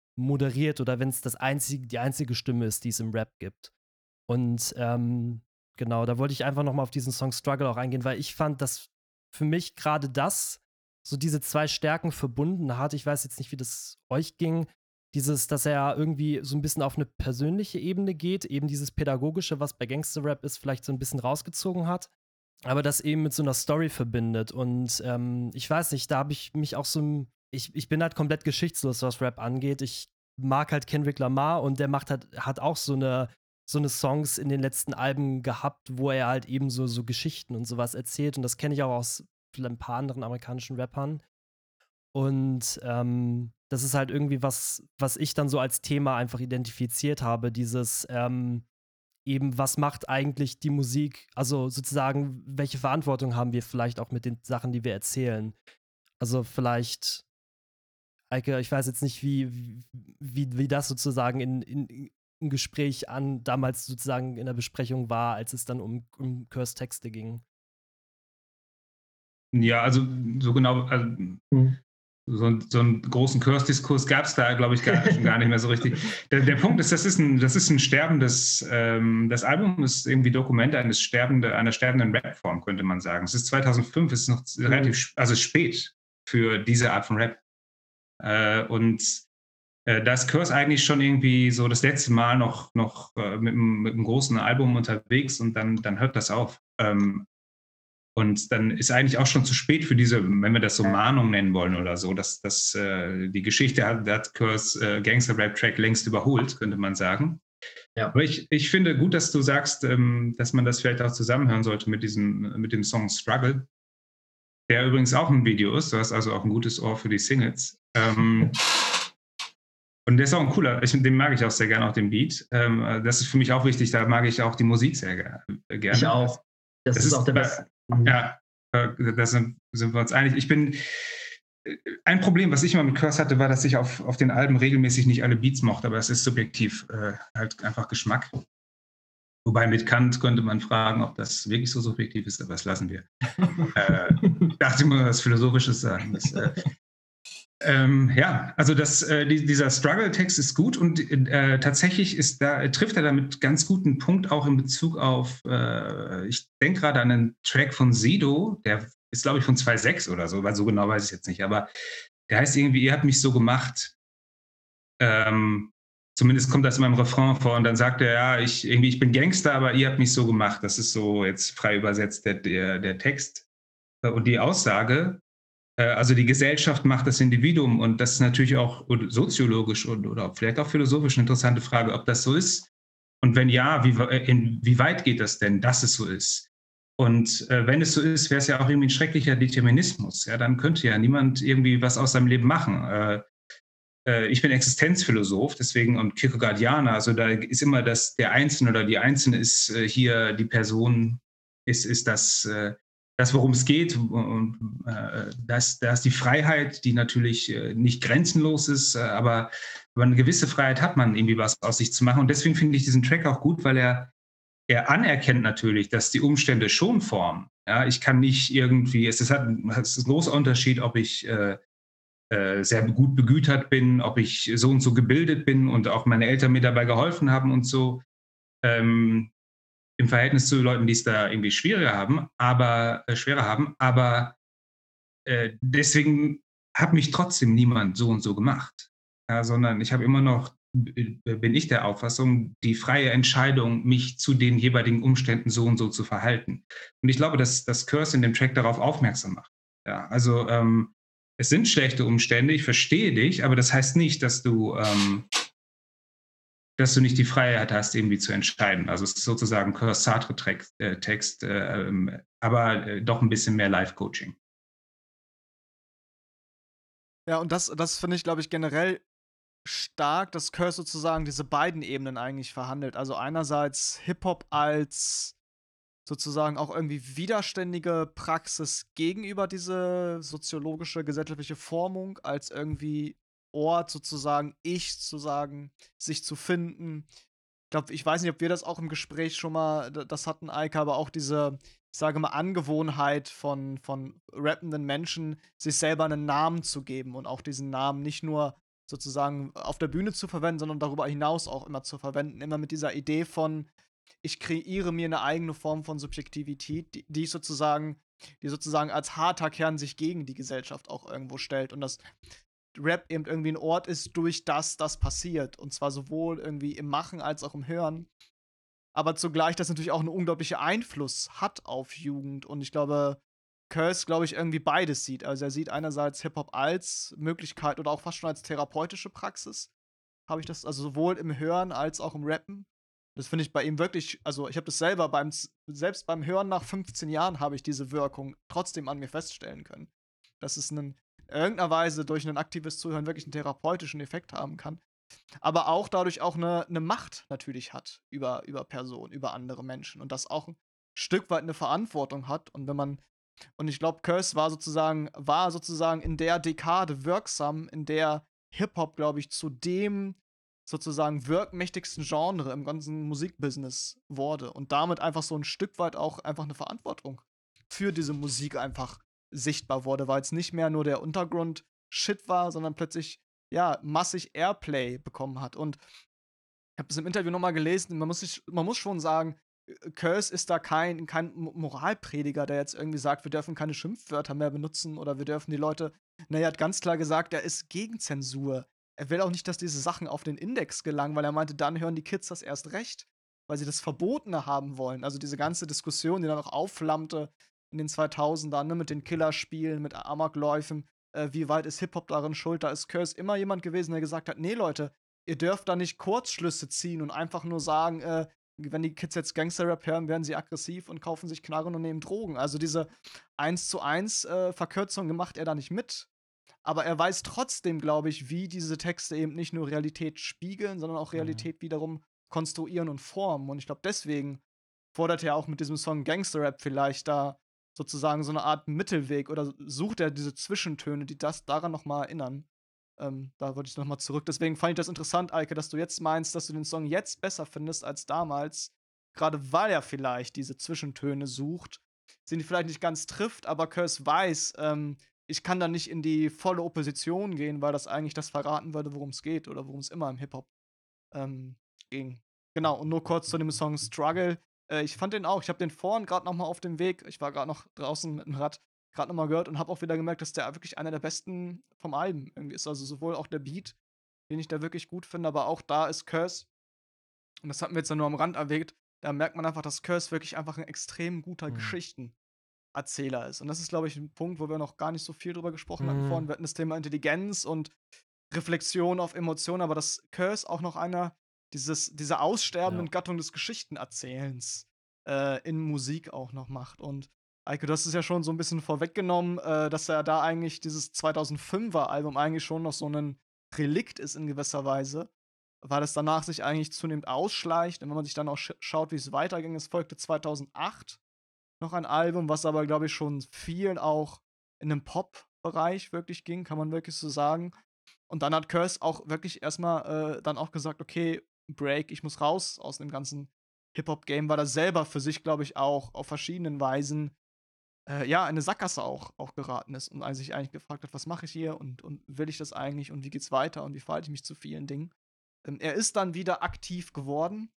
moderiert oder wenn es die einzige Stimme ist, die es im Rap gibt. Und genau, da wollte ich einfach nochmal auf diesen Song Struggle auch eingehen, weil ich fand, dass für mich gerade das so diese zwei Stärken verbunden hat. Ich weiß jetzt nicht, wie das euch ging. Dass er irgendwie so ein bisschen auf eine persönliche Ebene geht, eben dieses Pädagogische, was bei Gangster-Rap ist, vielleicht so ein bisschen rausgezogen hat, aber das eben mit so einer Story verbindet. Und ich weiß nicht, da habe ich mich auch ich bin halt komplett geschichtslos, was Rap angeht. Ich mag halt Kendrick Lamar und der hat auch so eine Songs in den letzten Alben gehabt, wo er halt eben so Geschichten und sowas erzählt. Und das kenne ich auch aus ein paar anderen amerikanischen Rappern. Und das ist halt irgendwie was ich dann so als Thema einfach identifiziert habe, dieses eben, was macht eigentlich die Musik, also sozusagen, welche Verantwortung haben wir vielleicht auch mit den Sachen, die wir erzählen. Also vielleicht, Eike, ich weiß jetzt nicht, wie das sozusagen im Gespräch damals sozusagen in der Besprechung war, als es dann um Curse-Texte ging. Ja, also so genau, also, so einen großen Curse-Diskurs gab es da, glaube ich, schon gar nicht mehr so richtig. Der Punkt ist, das ist ein sterbendes, das Album ist irgendwie Dokument einer sterbenden Rap-Form, könnte man sagen. Es ist 2005, es ist noch relativ, also spät für diese Art von Rap. Und da ist Curse eigentlich schon irgendwie so das letzte Mal noch mit einem großen Album unterwegs und dann hört das auf. Und dann ist eigentlich auch schon zu spät für diese, wenn wir das so Mahnung nennen wollen oder so, dass die Geschichte hat Curse Gangster-Rap-Track längst überholt, könnte man sagen. Ja. Aber ich finde gut, dass du sagst, dass man das vielleicht auch zusammenhören sollte mit dem Song Struggle, der übrigens auch ein Video ist. Du hast also auch ein gutes Ohr für die Singles. Und der ist auch ein cooler, den mag ich auch sehr gerne, auch den Beat. Das ist für mich auch wichtig, da mag ich auch die Musik sehr gerne. Ich auch. Das ist auch der beste. Ja, da sind wir uns einig. Ein Problem, was ich immer mit Curse hatte, war, dass ich auf den Alben regelmäßig nicht alle Beats mochte, aber es ist subjektiv, halt einfach Geschmack. Wobei mit Kant könnte man fragen, ob das wirklich so subjektiv ist, aber das lassen wir. Ich dachte immer, was Philosophisches sagen. Ja, also dieser Struggle-Text ist gut und tatsächlich trifft er damit ganz guten Punkt auch in Bezug auf, ich denke gerade an einen Track von Sido, der ist glaube ich von 2.6 oder so, weil so genau weiß ich jetzt nicht, aber der heißt irgendwie, ihr habt mich so gemacht. Zumindest kommt das in meinem Refrain vor und dann sagt er, ja, ich bin Gangster, aber ihr habt mich so gemacht. Das ist so jetzt frei übersetzt der Text. Und die Aussage, also die Gesellschaft macht das Individuum und das ist natürlich auch soziologisch oder vielleicht auch philosophisch eine interessante Frage, ob das so ist. Und wenn ja, wie weit geht das denn, dass es so ist? Und wenn es so ist, wäre es ja auch irgendwie ein schrecklicher Determinismus. Ja, dann könnte ja niemand irgendwie was aus seinem Leben machen. Ich bin Existenzphilosoph, deswegen und Kierkegaardianer, also da ist immer der Einzelne oder die Einzelne ist hier die Person, ist das, worum es geht. Und da ist die Freiheit, die natürlich nicht grenzenlos ist, aber eine gewisse Freiheit hat man, irgendwie was aus sich zu machen. Und deswegen finde ich diesen Track auch gut, weil er anerkennt natürlich, dass die Umstände schon formen. Ja, ich kann nicht irgendwie, es ist ein großer Unterschied, ob ich sehr gut begütert bin, ob ich so und so gebildet bin und auch meine Eltern mir dabei geholfen haben und so. Im Verhältnis zu Leuten, die es da irgendwie schwerer haben, aber deswegen hat mich trotzdem niemand so und so gemacht. Ja, sondern ich habe immer noch, bin ich der Auffassung, die freie Entscheidung, mich zu den jeweiligen Umständen so und so zu verhalten. Und ich glaube, dass das Curse in dem Track darauf aufmerksam macht. Ja, also es sind schlechte Umstände, ich verstehe dich, aber das heißt nicht, dass du nicht die Freiheit hast, irgendwie zu entscheiden. Also es ist sozusagen Curse Sartre-Text, aber doch ein bisschen mehr Life-Coaching. Ja, und das finde ich, glaube ich, generell stark, dass Curse sozusagen diese beiden Ebenen eigentlich verhandelt. Also einerseits Hip-Hop als sozusagen auch irgendwie widerständige Praxis gegenüber diese soziologische, gesellschaftliche Formung, als irgendwie Ort sozusagen, sich zu finden. Ich weiß nicht, ob wir das auch im Gespräch schon mal, das hatten, Eike, aber auch diese, ich sage mal, Angewohnheit von rappenden Menschen, sich selber einen Namen zu geben und auch diesen Namen nicht nur sozusagen auf der Bühne zu verwenden, sondern darüber hinaus auch immer zu verwenden, immer mit dieser Idee von ich kreiere mir eine eigene Form von Subjektivität, die sozusagen als harter Kern sich gegen die Gesellschaft auch irgendwo stellt und das Rap eben irgendwie ein Ort ist, durch das passiert. Und zwar sowohl irgendwie im Machen als auch im Hören. Aber zugleich das natürlich auch einen unglaublichen Einfluss hat auf Jugend. Und ich glaube, Curse, glaube ich, irgendwie beides sieht. Also er sieht einerseits Hip-Hop als Möglichkeit oder auch fast schon als therapeutische Praxis. Habe ich das, also sowohl im Hören als auch im Rappen. Das finde ich bei ihm wirklich, also ich habe das selber selbst beim Hören nach 15 Jahren habe ich diese Wirkung trotzdem an mir feststellen können. Dass es in irgendeiner Weise durch ein aktives Zuhören wirklich einen therapeutischen Effekt haben kann. Aber auch dadurch auch eine Macht natürlich hat über Personen, über andere Menschen. Und das auch ein Stück weit eine Verantwortung hat. Und ich glaube, Curse war sozusagen in der Dekade wirksam, in der Hip-Hop, glaube ich, zu dem sozusagen wirkmächtigsten Genre im ganzen Musikbusiness wurde und damit einfach so ein Stück weit auch einfach eine Verantwortung für diese Musik einfach sichtbar wurde, weil es nicht mehr nur der Untergrund-Shit war, sondern plötzlich, ja, massig Airplay bekommen hat. Und ich habe es im Interview nochmal gelesen, man muss schon sagen, Curse ist da kein Moralprediger, der jetzt irgendwie sagt, wir dürfen keine Schimpfwörter mehr benutzen oder wir dürfen die Leute. Er hat ganz klar gesagt, er ist gegen Zensur. Er will auch nicht, dass diese Sachen auf den Index gelangen, weil er meinte, dann hören die Kids das erst recht, weil sie das Verbotene haben wollen. Also diese ganze Diskussion, die dann auch aufflammte in den 2000ern, ne, mit den Killerspielen, mit Amokläufen, wie weit ist Hip-Hop darin schuld? Da ist Curse immer jemand gewesen, der gesagt hat, nee, Leute, ihr dürft da nicht Kurzschlüsse ziehen und einfach nur sagen, wenn die Kids jetzt Gangster-Rap hören, werden sie aggressiv und kaufen sich Knarren und nehmen Drogen. Also diese 1:1 Verkürzung macht er da nicht mit. Aber er weiß trotzdem, glaube ich, wie diese Texte eben nicht nur Realität spiegeln, sondern auch Realität wiederum konstruieren und formen. Und ich glaube, deswegen fordert er auch mit diesem Song Gangster-Rap vielleicht da sozusagen so eine Art Mittelweg oder sucht er diese Zwischentöne, die das daran noch mal erinnern. Da wollte ich noch mal zurück. Deswegen fand ich das interessant, Eike, dass du jetzt meinst, dass du den Song jetzt besser findest als damals. Gerade weil er vielleicht diese Zwischentöne sucht, sie vielleicht nicht ganz trifft, aber Curse weiß, ich kann da nicht in die volle Opposition gehen, weil das eigentlich das verraten würde, worum es geht oder worum es immer im Hip-Hop ging. Genau, und nur kurz zu dem Song Struggle. Ich fand den auch, ich habe den vorhin gerade noch mal auf dem Weg, ich war gerade noch draußen mit dem Rad, gerade noch mal gehört und habe auch wieder gemerkt, dass der wirklich einer der besten vom Album irgendwie ist. Also sowohl auch der Beat, den ich da wirklich gut finde, aber auch da ist Curse, und das hatten wir jetzt ja nur am Rand erwähnt, da merkt man einfach, dass Curse wirklich einfach ein extrem guter Geschichtenerzähler ist. Und das ist, glaube ich, ein Punkt, wo wir noch gar nicht so viel drüber gesprochen hatten vorhin. Wir hatten das Thema Intelligenz und Reflexion auf Emotionen, aber dass Curse auch noch diese aussterbenden Gattung des Geschichtenerzählens in Musik auch noch macht. Und Eike, du hast es ja schon so ein bisschen vorweggenommen, dass er da eigentlich dieses 2005er-Album eigentlich schon noch so ein Relikt ist in gewisser Weise, weil es danach sich eigentlich zunehmend ausschleicht. Und wenn man sich dann auch schaut, wie es weiterging, es folgte 2008 noch ein Album, was aber, glaube ich, schon viel auch in einem Pop-Bereich wirklich ging, kann man wirklich so sagen. Und dann hat Curse auch wirklich erstmal dann auch gesagt, okay, Break, ich muss raus aus dem ganzen Hip-Hop-Game, weil er selber für sich, glaube ich, auch auf verschiedenen Weisen in eine Sackgasse auch geraten ist und sich eigentlich gefragt hat, was mache ich hier und will ich das eigentlich und wie geht's weiter und wie verhalte ich mich zu vielen Dingen. Er ist dann wieder aktiv geworden,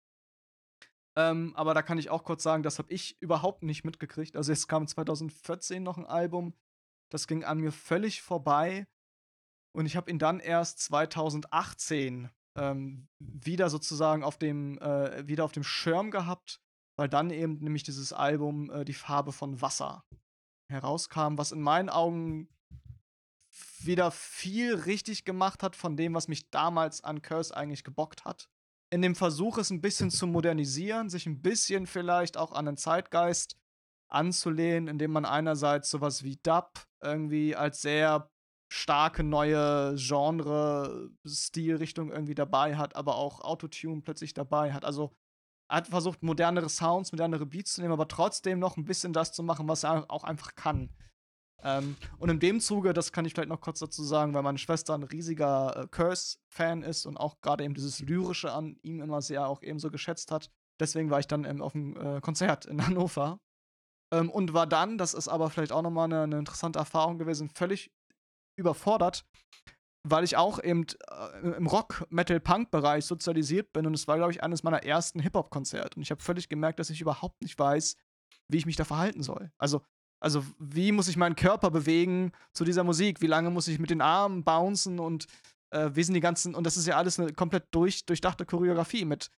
aber da kann ich auch kurz sagen, das habe ich überhaupt nicht mitgekriegt. Also es kam 2014 noch ein Album, das ging an mir völlig vorbei und ich habe ihn dann erst 2018 wieder sozusagen auf dem Schirm gehabt, weil dann eben nämlich dieses Album Die Farbe von Wasser herauskam, was in meinen Augen wieder viel richtig gemacht hat von dem, was mich damals an Curse eigentlich gebockt hat. In dem Versuch, es ein bisschen zu modernisieren, sich ein bisschen vielleicht auch an den Zeitgeist anzulehnen, indem man einerseits sowas wie Dub irgendwie als sehr starke neue Genre-Stilrichtung irgendwie dabei hat, aber auch Autotune plötzlich dabei hat. Also er hat versucht, modernere Sounds, modernere Beats zu nehmen, aber trotzdem noch ein bisschen das zu machen, was er auch einfach kann. Und in dem Zuge, das kann ich vielleicht noch kurz dazu sagen, weil meine Schwester ein riesiger Curse-Fan ist und auch gerade eben dieses Lyrische an ihm immer sehr auch eben so geschätzt hat. Deswegen war ich dann auf dem Konzert in Hannover. Und war dann, das ist aber vielleicht auch nochmal eine interessante Erfahrung gewesen, völlig überfordert, weil ich auch eben im Rock-Metal-Punk-Bereich sozialisiert bin und es war, glaube ich, eines meiner ersten Hip-Hop-Konzerte und ich habe völlig gemerkt, dass ich überhaupt nicht weiß, wie ich mich da verhalten soll. Also wie muss ich meinen Körper bewegen zu dieser Musik? Wie lange muss ich mit den Armen bouncen und wie sind die ganzen, und das ist ja alles eine komplett durchdachte Choreografie mit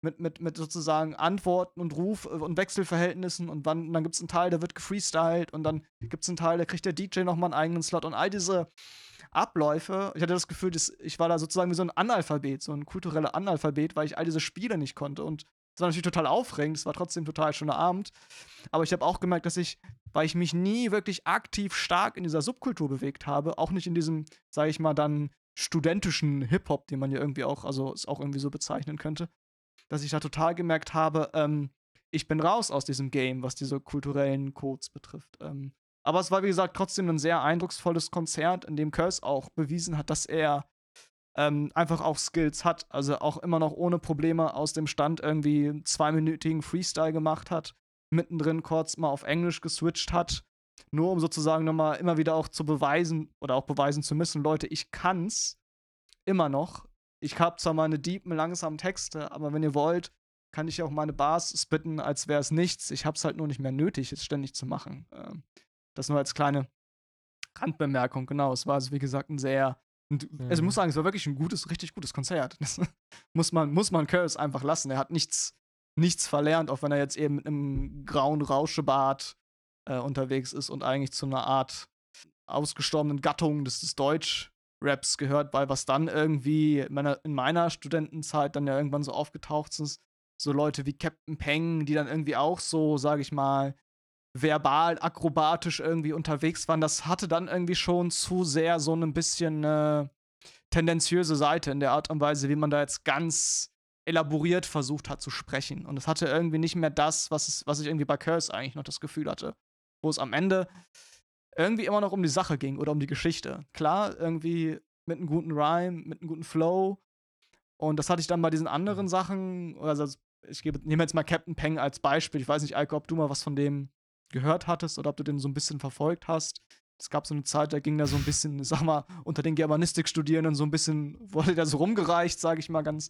sozusagen Antworten und Ruf und Wechselverhältnissen und dann gibt es einen Teil, der wird gefreestylt und dann gibt es einen Teil, da kriegt der DJ nochmal einen eigenen Slot und all diese Abläufe. Ich hatte das Gefühl, ich war da sozusagen wie so ein Analphabet, so ein kultureller Analphabet, weil ich all diese Spiele nicht konnte und es war natürlich total aufregend, es war trotzdem total schöner Abend, aber ich habe auch gemerkt, weil ich mich nie wirklich aktiv stark in dieser Subkultur bewegt habe, auch nicht in diesem, sage ich mal, dann studentischen Hip-Hop, den man ja irgendwie auch, also es auch irgendwie so bezeichnen könnte, dass ich da total gemerkt habe, ich bin raus aus diesem Game, was diese kulturellen Codes betrifft. Aber es war, wie gesagt, trotzdem ein sehr eindrucksvolles Konzert, in dem Curse auch bewiesen hat, dass er einfach auch Skills hat. Also auch immer noch ohne Probleme aus dem Stand irgendwie einen 2-minütigen Freestyle gemacht hat, mittendrin kurz mal auf Englisch geswitcht hat, nur um sozusagen nochmal immer wieder auch zu beweisen oder auch beweisen zu müssen, Leute, ich kann's immer noch. Ich habe zwar meine deepen, langsamen Texte, aber wenn ihr wollt, kann ich auch meine Bars spitten, als wäre es nichts. Ich hab's halt nur nicht mehr nötig, es ständig zu machen. Das nur als kleine Randbemerkung, genau. Es war also, wie gesagt, also ich muss sagen, es war wirklich ein richtig gutes Konzert. Das muss man Curse einfach lassen. Er hat nichts verlernt, auch wenn er jetzt eben mit einem grauen Rauschebart unterwegs ist und eigentlich zu einer Art ausgestorbenen Gattung des Deutsch-Raps gehört, weil was dann irgendwie in meiner Studentenzeit dann ja irgendwann so aufgetaucht ist, so Leute wie Captain Peng, die dann irgendwie auch so, sage ich mal, verbal, akrobatisch irgendwie unterwegs waren, das hatte dann irgendwie schon zu sehr so ein bisschen tendenziöse Seite in der Art und Weise, wie man da jetzt ganz elaboriert versucht hat zu sprechen. Und es hatte irgendwie nicht mehr das, was ich irgendwie bei Curse eigentlich noch das Gefühl hatte, wo es am Ende irgendwie immer noch um die Sache ging oder um die Geschichte. Klar, irgendwie mit einem guten Rhyme, mit einem guten Flow. Und das hatte ich dann bei diesen anderen Sachen, also nehme jetzt mal Captain Peng als Beispiel. Ich weiß nicht, Alko, ob du mal was von dem gehört hattest oder ob du den so ein bisschen verfolgt hast. Es gab so eine Zeit, da ging da so ein bisschen, ich sag mal, unter den Germanistikstudierenden so ein bisschen, wurde der so rumgereicht, sage ich mal ganz.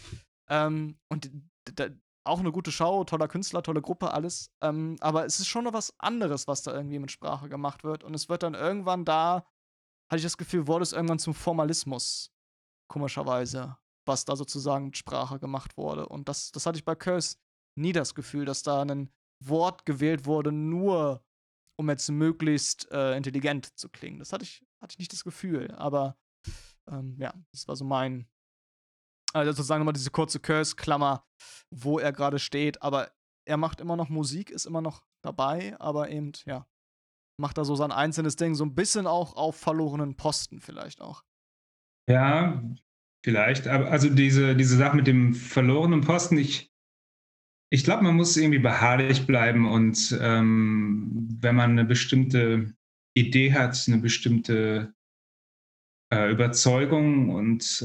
Und auch eine gute Show, toller Künstler, tolle Gruppe, alles. Aber es ist schon noch was anderes, was da irgendwie mit Sprache gemacht wird. Und es wird dann irgendwann hatte ich das Gefühl, wurde es irgendwann zum Formalismus, komischerweise, was da sozusagen mit Sprache gemacht wurde. Und das hatte ich bei Curse nie das Gefühl, dass da ein Wort gewählt wurde, nur um jetzt möglichst intelligent zu klingen. Das hatte ich nicht das Gefühl. Aber ja, das war so also sozusagen nochmal diese kurze Curse-Klammer, wo er gerade steht. Aber er macht immer noch Musik, ist immer noch dabei, aber eben, ja, macht da so sein einzelnes Ding, so ein bisschen auch auf verlorenen Posten vielleicht auch. Ja, vielleicht. Aber also diese Sache mit dem verlorenen Posten, ich glaube, man muss irgendwie beharrlich bleiben und wenn man eine bestimmte Idee hat, eine bestimmte Überzeugung und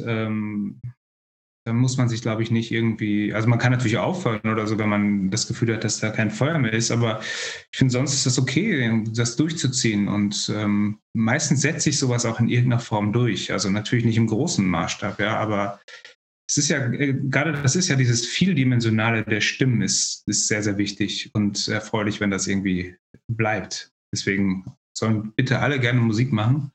dann muss man sich, glaube ich, nicht irgendwie, also man kann natürlich aufhören oder so, wenn man das Gefühl hat, dass da kein Feuer mehr ist, aber ich finde, sonst ist das okay, das durchzuziehen und meistens setzt sich sowas auch in irgendeiner Form durch, also natürlich nicht im großen Maßstab, ja, aber es ist ja, gerade das ist ja dieses Vieldimensionale der Stimmen ist sehr, sehr wichtig und erfreulich, wenn das irgendwie bleibt. Deswegen sollen bitte alle gerne Musik machen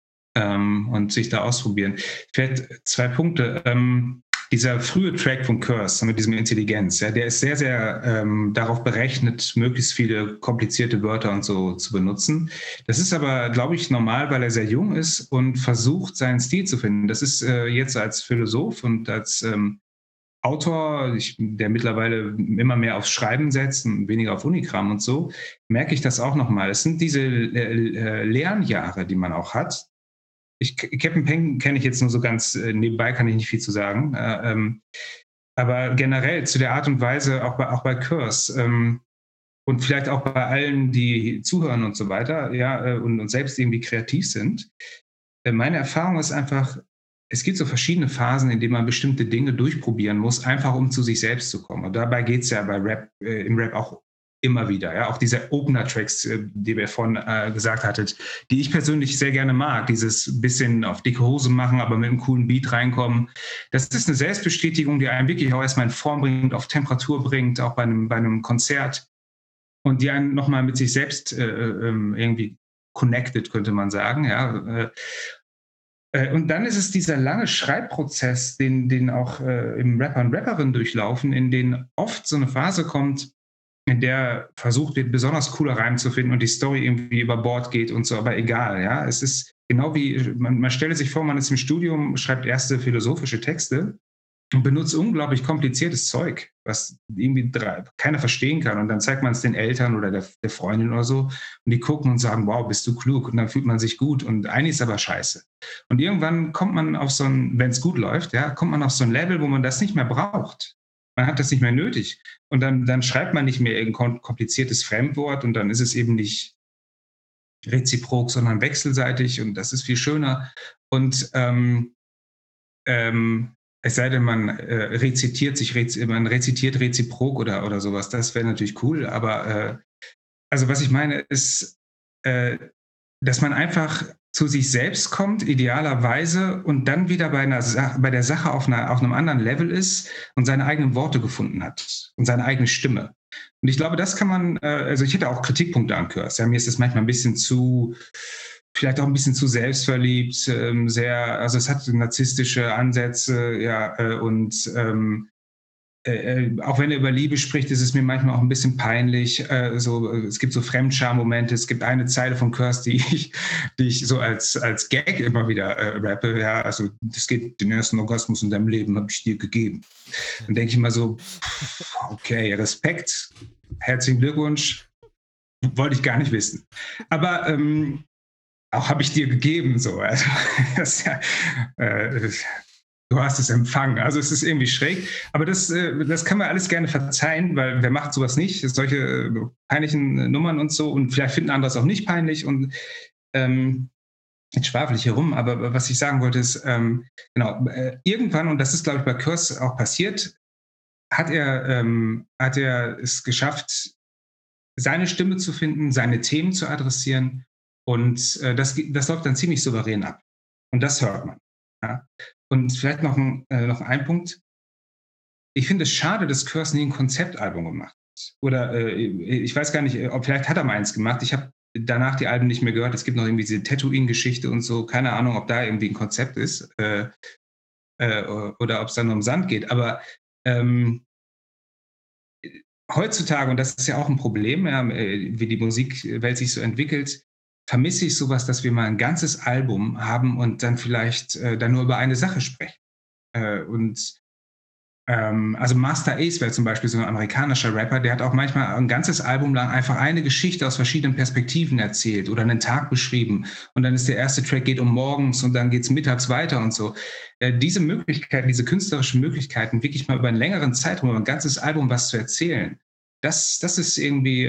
und sich da ausprobieren. Vielleicht 2 Punkte. Dieser frühe Track von Curse mit diesem Intelligenz, ja, der ist sehr, sehr darauf berechnet, möglichst viele komplizierte Wörter und so zu benutzen. Das ist aber, glaube ich, normal, weil er sehr jung ist und versucht, seinen Stil zu finden. Das ist jetzt als Philosoph und als Autor, der mittlerweile immer mehr aufs Schreiben setzt und weniger auf Unikram und so, merke ich das auch nochmal. Es sind diese Lernjahre, die man auch hat. Captain Peng kenne ich jetzt nur so ganz nebenbei, kann ich nicht viel zu sagen. Aber generell zu der Art und Weise, auch bei Curse und vielleicht auch bei allen, die zuhören und so weiter, ja, und selbst irgendwie kreativ sind. Meine Erfahrung ist einfach, es gibt so verschiedene Phasen, in denen man bestimmte Dinge durchprobieren muss, einfach um zu sich selbst zu kommen. Und dabei geht es ja im Rap auch immer wieder. Ja? Auch diese Opener-Tracks, die wir vorhin gesagt hattet, die ich persönlich sehr gerne mag. Dieses bisschen auf dicke Hose machen, aber mit einem coolen Beat reinkommen. Das ist eine Selbstbestätigung, die einen wirklich auch erstmal in Form bringt, auf Temperatur bringt, auch bei einem Konzert. Und die einen nochmal mit sich selbst irgendwie connected, könnte man sagen. Ja? Und dann ist es dieser lange Schreibprozess, den auch im Rapper und Rapperinnen durchlaufen, in den oft so eine Phase kommt, in der versucht wird, besonders coole Reime zu finden und die Story irgendwie über Bord geht und so, aber egal, ja. Es ist genau wie, man stelle sich vor, man ist im Studium, schreibt erste philosophische Texte und benutzt unglaublich kompliziertes Zeug, was irgendwie keiner verstehen kann. Und dann zeigt man es den Eltern oder der Freundin oder so und die gucken und sagen, wow, bist du klug. Und dann fühlt man sich gut und eigentlich ist aber scheiße. Und irgendwann kommt man auf so ein, wenn es gut läuft, ja, kommt man auf so ein Level, wo man das nicht mehr braucht. Man hat das nicht mehr nötig. Und dann schreibt man nicht mehr irgendein kompliziertes Fremdwort und dann ist es eben nicht reziprok, sondern wechselseitig und das ist viel schöner. Und es sei denn, man man rezitiert reziprok oder sowas, das wäre natürlich cool, aber also was ich meine ist, dass man einfach zu sich selbst kommt, idealerweise, und dann wieder bei der Sache auf einem anderen Level ist und seine eigenen Worte gefunden hat und seine eigene Stimme. Und ich glaube, das kann man, also ich hätte auch Kritikpunkte an Curse. Ja, mir ist es manchmal ein bisschen vielleicht auch ein bisschen zu selbstverliebt, also es hat narzisstische Ansätze, ja, und auch wenn er über Liebe spricht, ist es mir manchmal auch ein bisschen peinlich. Es gibt so Fremdscham-Momente. Es gibt eine Zeile von Curse, die ich so als Gag immer wieder rappe. Ja, also das geht, den ersten Orgasmus in deinem Leben habe ich dir gegeben. Dann denke ich immer so, okay, Respekt, herzlichen Glückwunsch, wollte ich gar nicht wissen. Aber auch habe ich dir gegeben, so. Also, das ist ja, du hast es empfangen. Also es ist irgendwie schräg. Aber das kann man alles gerne verzeihen, weil wer macht sowas nicht? Solche peinlichen Nummern und so. Und vielleicht finden andere es auch nicht peinlich. Und jetzt schwafel ich hier rum. Aber was ich sagen wollte ist, genau, irgendwann, und das ist, glaube ich, bei Curse auch passiert, hat er es geschafft, seine Stimme zu finden, seine Themen zu adressieren. Und das läuft dann ziemlich souverän ab. Und das hört man. Ja? Und vielleicht noch ein Punkt. Ich finde es schade, dass Curse nie ein Konzeptalbum gemacht hat. Oder ich weiß gar nicht, vielleicht hat er mal eins gemacht. Ich habe danach die Alben nicht mehr gehört. Es gibt noch irgendwie diese Tatooine-Geschichte und so. Keine Ahnung, ob da irgendwie ein Konzept ist oder ob es dann nur um Sand geht. Aber heutzutage, und das ist ja auch ein Problem, ja, wie die Musikwelt sich so entwickelt, vermisse ich sowas, dass wir mal ein ganzes Album haben und dann vielleicht dann nur über eine Sache sprechen. Also Master Ace wäre zum Beispiel so ein amerikanischer Rapper, der hat auch manchmal ein ganzes Album lang einfach eine Geschichte aus verschiedenen Perspektiven erzählt oder einen Tag beschrieben. Und dann ist der erste Track geht um morgens und dann geht es mittags weiter und so. Diese Möglichkeiten, diese künstlerischen Möglichkeiten, wirklich mal über einen längeren Zeitraum, über ein ganzes Album was zu erzählen, das ist irgendwie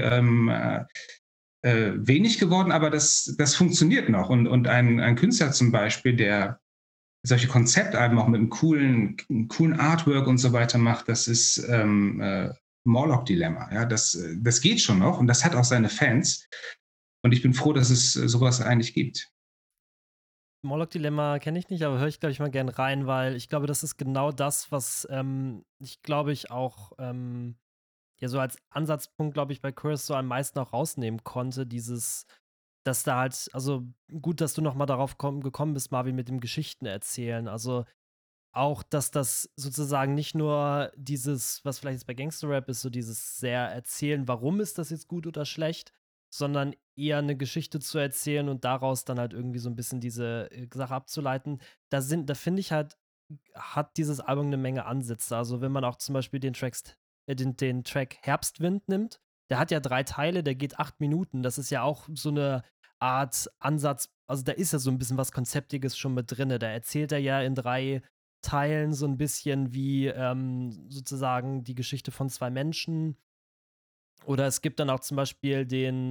wenig geworden, aber das funktioniert noch. Und ein Künstler zum Beispiel, der solche Konzeptalben auch mit einem coolen Artwork und so weiter macht, das ist Morlock Dilemma. Ja, das geht schon noch und das hat auch seine Fans. Und ich bin froh, dass es sowas eigentlich gibt. Morlock Dilemma kenne ich nicht, aber höre ich, glaube ich, mal gern rein, weil ich glaube, das ist genau das, was ich glaube ich auch ja so als Ansatzpunkt, glaube ich, bei Curse so am meisten auch rausnehmen konnte, dass da halt, also gut, dass du noch mal darauf gekommen bist, Marvin, mit dem Geschichten erzählen. Also auch, dass das sozusagen nicht nur dieses, was vielleicht jetzt bei Gangster-Rap ist, so dieses sehr erzählen, warum ist das jetzt gut oder schlecht, sondern eher eine Geschichte zu erzählen und daraus dann halt irgendwie so ein bisschen diese Sache abzuleiten. Da finde ich halt, hat dieses Album eine Menge Ansätze. Also wenn man auch zum Beispiel den Track Herbstwind nimmt, der hat ja 3 Teile, der geht 8 Minuten. Das ist ja auch so eine Art Ansatz, also da ist ja so ein bisschen was Konzeptiges schon mit drin. Da erzählt er ja in 3 Teilen so ein bisschen wie sozusagen die Geschichte von 2 Menschen. Oder es gibt dann auch zum Beispiel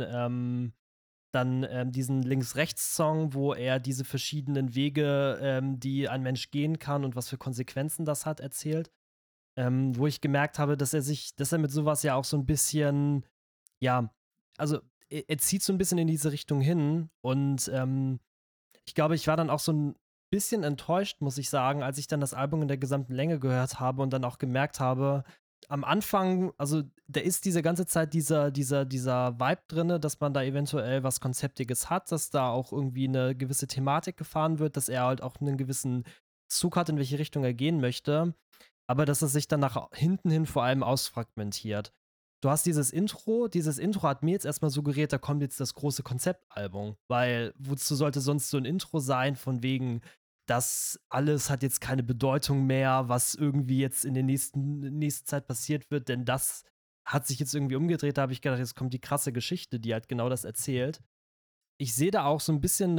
diesen Links-Rechts-Song, wo er diese verschiedenen Wege, die ein Mensch gehen kann und was für Konsequenzen das hat, erzählt. Wo ich gemerkt habe, dass er mit sowas ja auch so ein bisschen ja, also er zieht so ein bisschen in diese Richtung hin und ich glaube, ich war dann auch so ein bisschen enttäuscht, muss ich sagen, als ich dann das Album in der gesamten Länge gehört habe und dann auch gemerkt habe, am Anfang, also da ist diese ganze Zeit dieser Vibe drinne, dass man da eventuell was Konzeptiges hat, dass da auch irgendwie eine gewisse Thematik gefahren wird, dass er halt auch einen gewissen Zug hat, in welche Richtung er gehen möchte, aber dass es sich dann nach hinten hin vor allem ausfragmentiert. Du hast dieses Intro hat mir jetzt erstmal suggeriert, da kommt jetzt das große Konzeptalbum, weil wozu sollte sonst so ein Intro sein, von wegen, das alles hat jetzt keine Bedeutung mehr, was irgendwie jetzt in der nächsten Zeit passiert wird, denn das hat sich jetzt irgendwie umgedreht, da habe ich gedacht, jetzt kommt die krasse Geschichte, die halt genau das erzählt. Ich sehe da auch so ein bisschen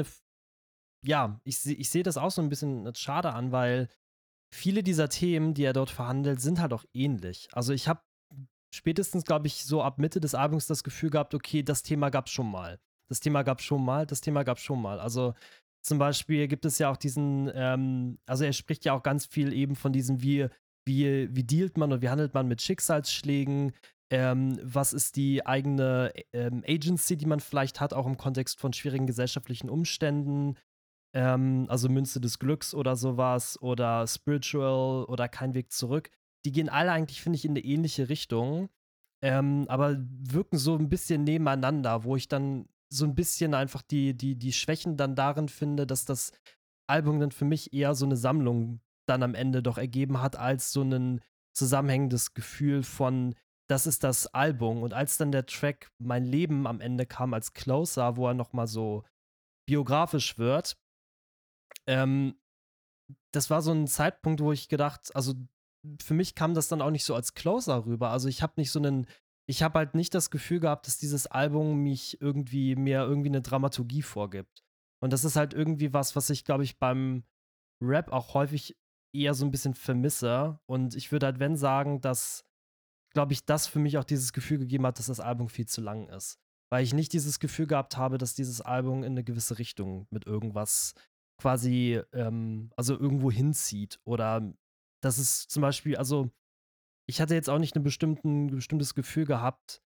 ich sehe das auch so ein bisschen als schade an, weil viele dieser Themen, die er dort verhandelt, sind halt auch ähnlich. Also ich habe spätestens, glaube ich, so ab Mitte des Albums das Gefühl gehabt, okay, das Thema gab es schon mal. Das Thema gab es schon mal, das Thema gab es schon mal. Also zum Beispiel gibt es ja auch also er spricht ja auch ganz viel eben von diesem, wie dealt man und wie handelt man mit Schicksalsschlägen, was ist die eigene Agency, die man vielleicht hat, auch im Kontext von schwierigen gesellschaftlichen Umständen, also Münze des Glücks oder sowas oder Spiritual oder Kein Weg zurück. Die gehen alle eigentlich, finde ich, in eine ähnliche Richtung, aber wirken so ein bisschen nebeneinander, wo ich dann so ein bisschen einfach die Schwächen dann darin finde, dass das Album dann für mich eher so eine Sammlung dann am Ende doch ergeben hat, als so ein zusammenhängendes Gefühl von, das ist das Album. Und als dann der Track Mein Leben am Ende kam als Closer, wo er noch mal so biografisch wird, ähm, das war so ein Zeitpunkt, wo ich gedacht, also für mich kam das dann auch nicht so als Closer rüber. Also ich habe halt nicht das Gefühl gehabt, dass dieses Album mir irgendwie eine Dramaturgie vorgibt. Und das ist halt irgendwie was ich, glaube ich, beim Rap auch häufig eher so ein bisschen vermisse. Und ich würde halt, wenn sagen, dass, glaube ich, das für mich auch dieses Gefühl gegeben hat, dass das Album viel zu lang ist. Weil ich nicht dieses Gefühl gehabt habe, dass dieses Album in eine gewisse Richtung mit irgendwas quasi, also irgendwo hinzieht. Oder dass es zum Beispiel, also ich hatte jetzt auch nicht ein bestimmtes Gefühl gehabt,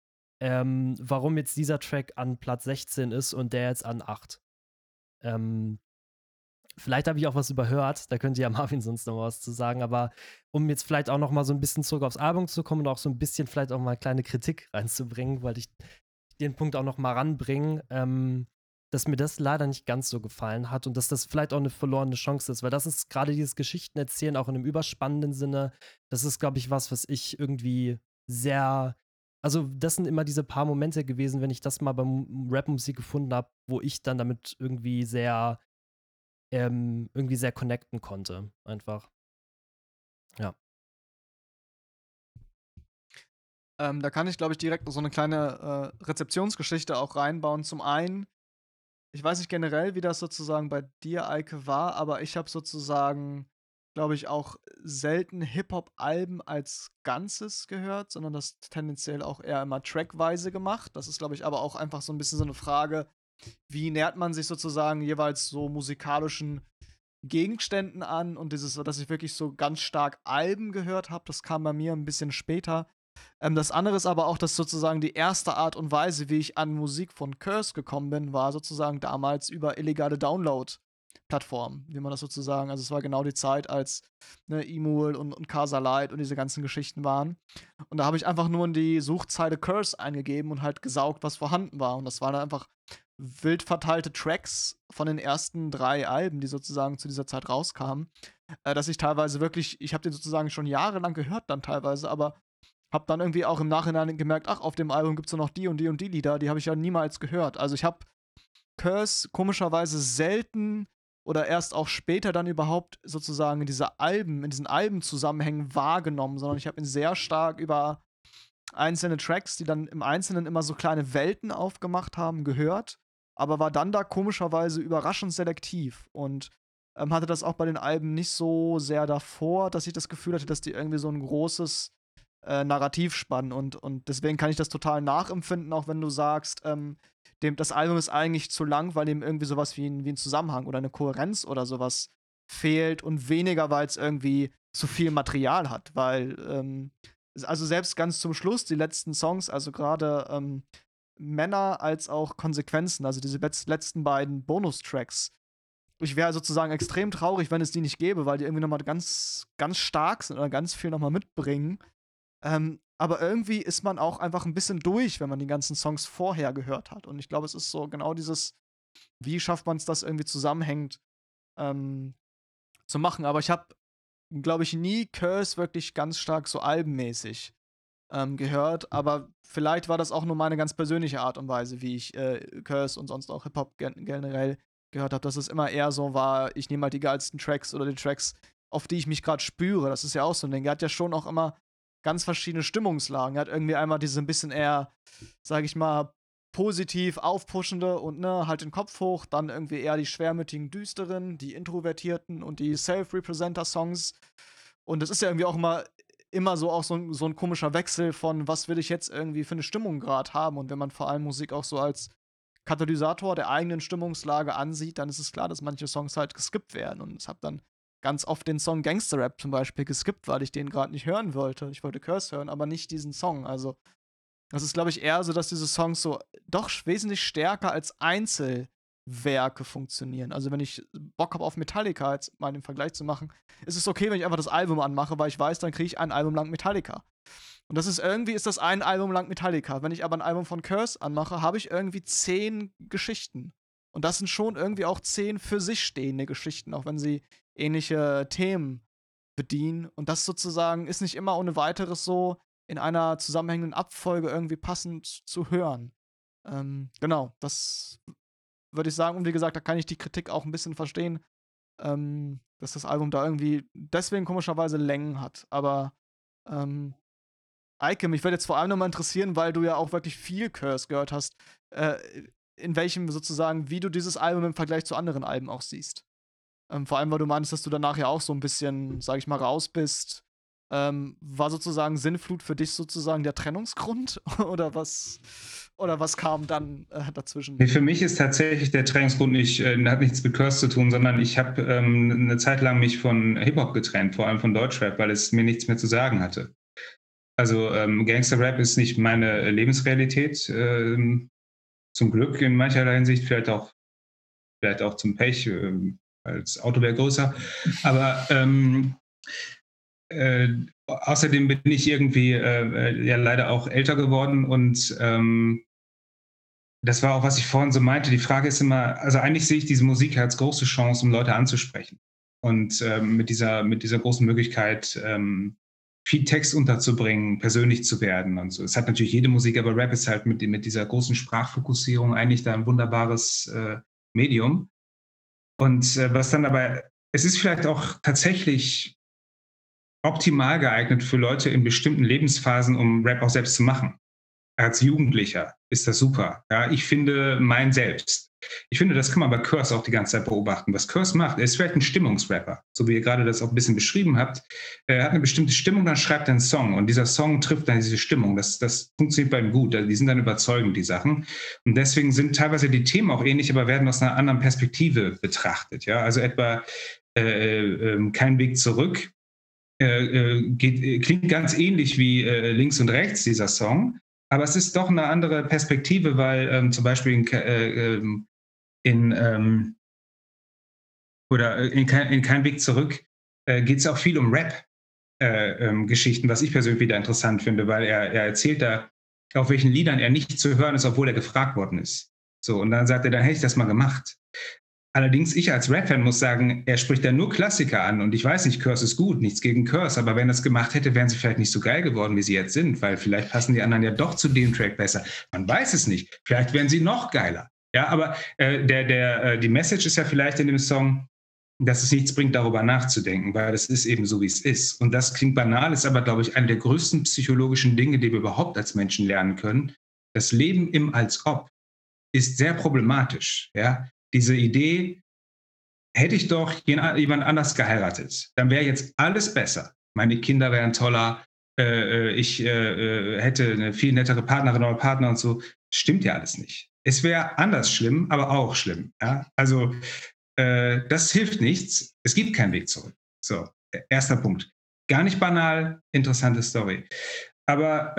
warum jetzt dieser Track an Platz 16 ist und der jetzt an 8. Ähm, Vielleicht habe ich auch was überhört, da könnte ja Marvin sonst noch was zu sagen, aber um jetzt vielleicht auch noch mal so ein bisschen zurück aufs Album zu kommen und auch so ein bisschen vielleicht auch mal kleine Kritik reinzubringen, weil ich den Punkt auch noch mal ranbringen, dass mir das leider nicht ganz so gefallen hat und dass das vielleicht auch eine verlorene Chance ist, weil das ist gerade dieses Geschichtenerzählen auch in einem überspannenden Sinne, das ist, glaube ich, was ich irgendwie sehr, also das sind immer diese paar Momente gewesen, wenn ich das mal beim Rap-Musik gefunden habe, wo ich dann damit irgendwie sehr connecten konnte, einfach. Ja. Da kann ich, glaube ich, direkt so eine kleine Rezeptionsgeschichte auch reinbauen. Zum einen, ich weiß nicht generell, wie das sozusagen bei dir, Eike, war, aber ich habe sozusagen, glaube ich, auch selten Hip-Hop-Alben als Ganzes gehört, sondern das tendenziell auch eher immer trackweise gemacht. Das ist, glaube ich, aber auch einfach so ein bisschen so eine Frage, wie nähert man sich sozusagen jeweils so musikalischen Gegenständen an und dass ich wirklich so ganz stark Alben gehört habe, das kam bei mir ein bisschen später. Das andere ist aber auch, dass sozusagen die erste Art und Weise, wie ich an Musik von Curse gekommen bin, war sozusagen damals über illegale Download-Plattformen, wie man das sozusagen, also es war genau die Zeit, als Emul und Casa Light und diese ganzen Geschichten waren. Und da habe ich einfach nur in die Suchzeile Curse eingegeben und halt gesaugt, was vorhanden war. Und das waren dann einfach wild verteilte Tracks von den ersten 3 Alben, die sozusagen zu dieser Zeit rauskamen, dass ich teilweise wirklich, ich habe den sozusagen schon jahrelang gehört dann teilweise, aber habe dann irgendwie auch im Nachhinein gemerkt, ach, auf dem Album gibt es ja noch die und die und die Lieder, die habe ich ja niemals gehört. Also ich habe Curse komischerweise selten oder erst auch später dann überhaupt sozusagen in diesen Albenzusammenhängen wahrgenommen, sondern ich habe ihn sehr stark über einzelne Tracks, die dann im Einzelnen immer so kleine Welten aufgemacht haben, gehört, aber war dann da komischerweise überraschend selektiv und hatte das auch bei den Alben nicht so sehr davor, dass ich das Gefühl hatte, dass die irgendwie so ein großes Narrativ spannen und deswegen kann ich das total nachempfinden, auch wenn du sagst, das Album ist eigentlich zu lang, weil ihm irgendwie sowas wie ein Zusammenhang oder eine Kohärenz oder sowas fehlt und weniger, weil es irgendwie zu viel Material hat, weil also selbst ganz zum Schluss, die letzten Songs, also gerade Männer als auch Konsequenzen, also diese letzten beiden Bonustracks. Ich wäre sozusagen extrem traurig, wenn es die nicht gäbe, weil die irgendwie nochmal ganz, ganz stark sind oder ganz viel nochmal mitbringen. Aber irgendwie ist man auch einfach ein bisschen durch, wenn man die ganzen Songs vorher gehört hat. Und ich glaube, es ist so genau dieses, wie schafft man es, das irgendwie zusammenhängend zu machen. Aber ich habe, glaube ich, nie Curse wirklich ganz stark so albenmäßig gehört. Aber vielleicht war das auch nur meine ganz persönliche Art und Weise, wie ich Curse und sonst auch Hip-Hop generell gehört habe, dass es immer eher so war, ich nehme halt die geilsten Tracks oder die Tracks, auf die ich mich gerade spüre. Das ist ja auch so ein Ding. Er hat ja schon auch immer ganz verschiedene Stimmungslagen. Er hat irgendwie einmal diese ein bisschen eher, sag ich mal, positiv aufpushende und ne, halt den Kopf hoch, dann irgendwie eher die schwermütigen, düsteren, die introvertierten und die Self-Representer-Songs. Und das ist ja irgendwie auch immer so auch so ein komischer Wechsel von, was will ich jetzt irgendwie für eine Stimmung gerade haben. Und wenn man vor allem Musik auch so als Katalysator der eigenen Stimmungslage ansieht, dann ist es klar, dass manche Songs halt geskippt werden. Und ich habe dann ganz oft den Song Gangster Rap zum Beispiel geskippt, weil ich den gerade nicht hören wollte. Ich wollte Curse hören, aber nicht diesen Song. Also, das ist, glaube ich, eher so, dass diese Songs so doch wesentlich stärker als Einzelwerke funktionieren. Also, wenn ich Bock habe auf Metallica, jetzt mal den Vergleich zu machen, ist es okay, wenn ich einfach das Album anmache, weil ich weiß, dann kriege ich ein Album lang Metallica. Und das ist das ein Album lang Metallica. Wenn ich aber ein Album von Curse anmache, habe ich irgendwie 10 Geschichten. Und das sind schon irgendwie auch 10 für sich stehende Geschichten, auch wenn sie ähnliche Themen bedienen. Und das sozusagen ist nicht immer ohne weiteres so in einer zusammenhängenden Abfolge irgendwie passend zu hören. Genau, das würde ich sagen. Und wie gesagt, da kann ich die Kritik auch ein bisschen verstehen, dass das Album da irgendwie deswegen komischerweise Längen hat. Aber Eike, mich würde jetzt vor allem nochmal interessieren, weil du ja auch wirklich viel Curse gehört hast, in welchem sozusagen, wie du dieses Album im Vergleich zu anderen Alben auch siehst. Vor allem, weil du meinst, dass du danach ja auch so ein bisschen, sag ich mal, raus bist. War sozusagen Sinnflut für dich sozusagen der Trennungsgrund? Oder was kam dann dazwischen? Nee, für mich ist tatsächlich der Trennungsgrund hat nichts mit Curse zu tun, sondern ich habe eine Zeit lang mich von Hip-Hop getrennt, vor allem von Deutschrap, weil es mir nichts mehr zu sagen hatte. Also Gangster-Rap ist nicht meine Lebensrealität, zum Glück in mancherlei Hinsicht, vielleicht auch zum Pech, als Auto wäre größer. Aber außerdem bin ich irgendwie ja leider auch älter geworden und das war auch, was ich vorhin so meinte. Die Frage ist immer, also eigentlich sehe ich diese Musik als große Chance, um Leute anzusprechen. Und mit dieser großen Möglichkeit, viel Text unterzubringen, persönlich zu werden und so. Es hat natürlich jede Musik, aber Rap ist halt mit dieser großen Sprachfokussierung eigentlich da ein wunderbares Medium. Und was dann aber, es ist vielleicht auch tatsächlich optimal geeignet für Leute in bestimmten Lebensphasen, um Rap auch selbst zu machen. Als Jugendlicher ist das super. Ja, ich finde mein Selbst. Ich finde, das kann man bei Curse auch die ganze Zeit beobachten. Was Curse macht, er ist vielleicht ein Stimmungsrapper, so wie ihr gerade das auch ein bisschen beschrieben habt. Er hat eine bestimmte Stimmung, dann schreibt er einen Song und dieser Song trifft dann diese Stimmung. Das funktioniert bei ihm gut. Die sind dann überzeugend, die Sachen. Und deswegen sind teilweise die Themen auch ähnlich, aber werden aus einer anderen Perspektive betrachtet. Ja, also etwa Kein Weg zurück klingt ganz ähnlich wie links und rechts, dieser Song. Aber es ist doch eine andere Perspektive, weil zum Beispiel in Kein Weg zurück geht es auch viel um Rap-Geschichten, was ich persönlich wieder interessant finde, weil er erzählt da, auf welchen Liedern er nicht zu hören ist, obwohl er gefragt worden ist. So, und dann sagt er, dann hätte ich das mal gemacht. Allerdings, ich als Rap-Fan muss sagen, er spricht da nur Klassiker an und ich weiß nicht, Curse ist gut, nichts gegen Curse, aber wenn er es gemacht hätte, wären sie vielleicht nicht so geil geworden, wie sie jetzt sind, weil vielleicht passen die anderen ja doch zu dem Track besser. Man weiß es nicht. Vielleicht wären sie noch geiler. Ja, aber die Message ist ja vielleicht in dem Song, dass es nichts bringt, darüber nachzudenken, weil es ist eben so, wie es ist. Und das klingt banal, ist aber, glaube ich, eine der größten psychologischen Dinge, die wir überhaupt als Menschen lernen können. Das Leben im Als-Ob ist sehr problematisch, ja. Diese Idee, hätte ich doch jemand anders geheiratet, dann wäre jetzt alles besser. Meine Kinder wären toller, ich hätte eine viel nettere Partnerin oder Partner und so. Stimmt ja alles nicht. Es wäre anders schlimm, aber auch schlimm. Ja? Also das hilft nichts. Es gibt keinen Weg zurück. So, erster Punkt. gar nicht banal, interessante Story. Aber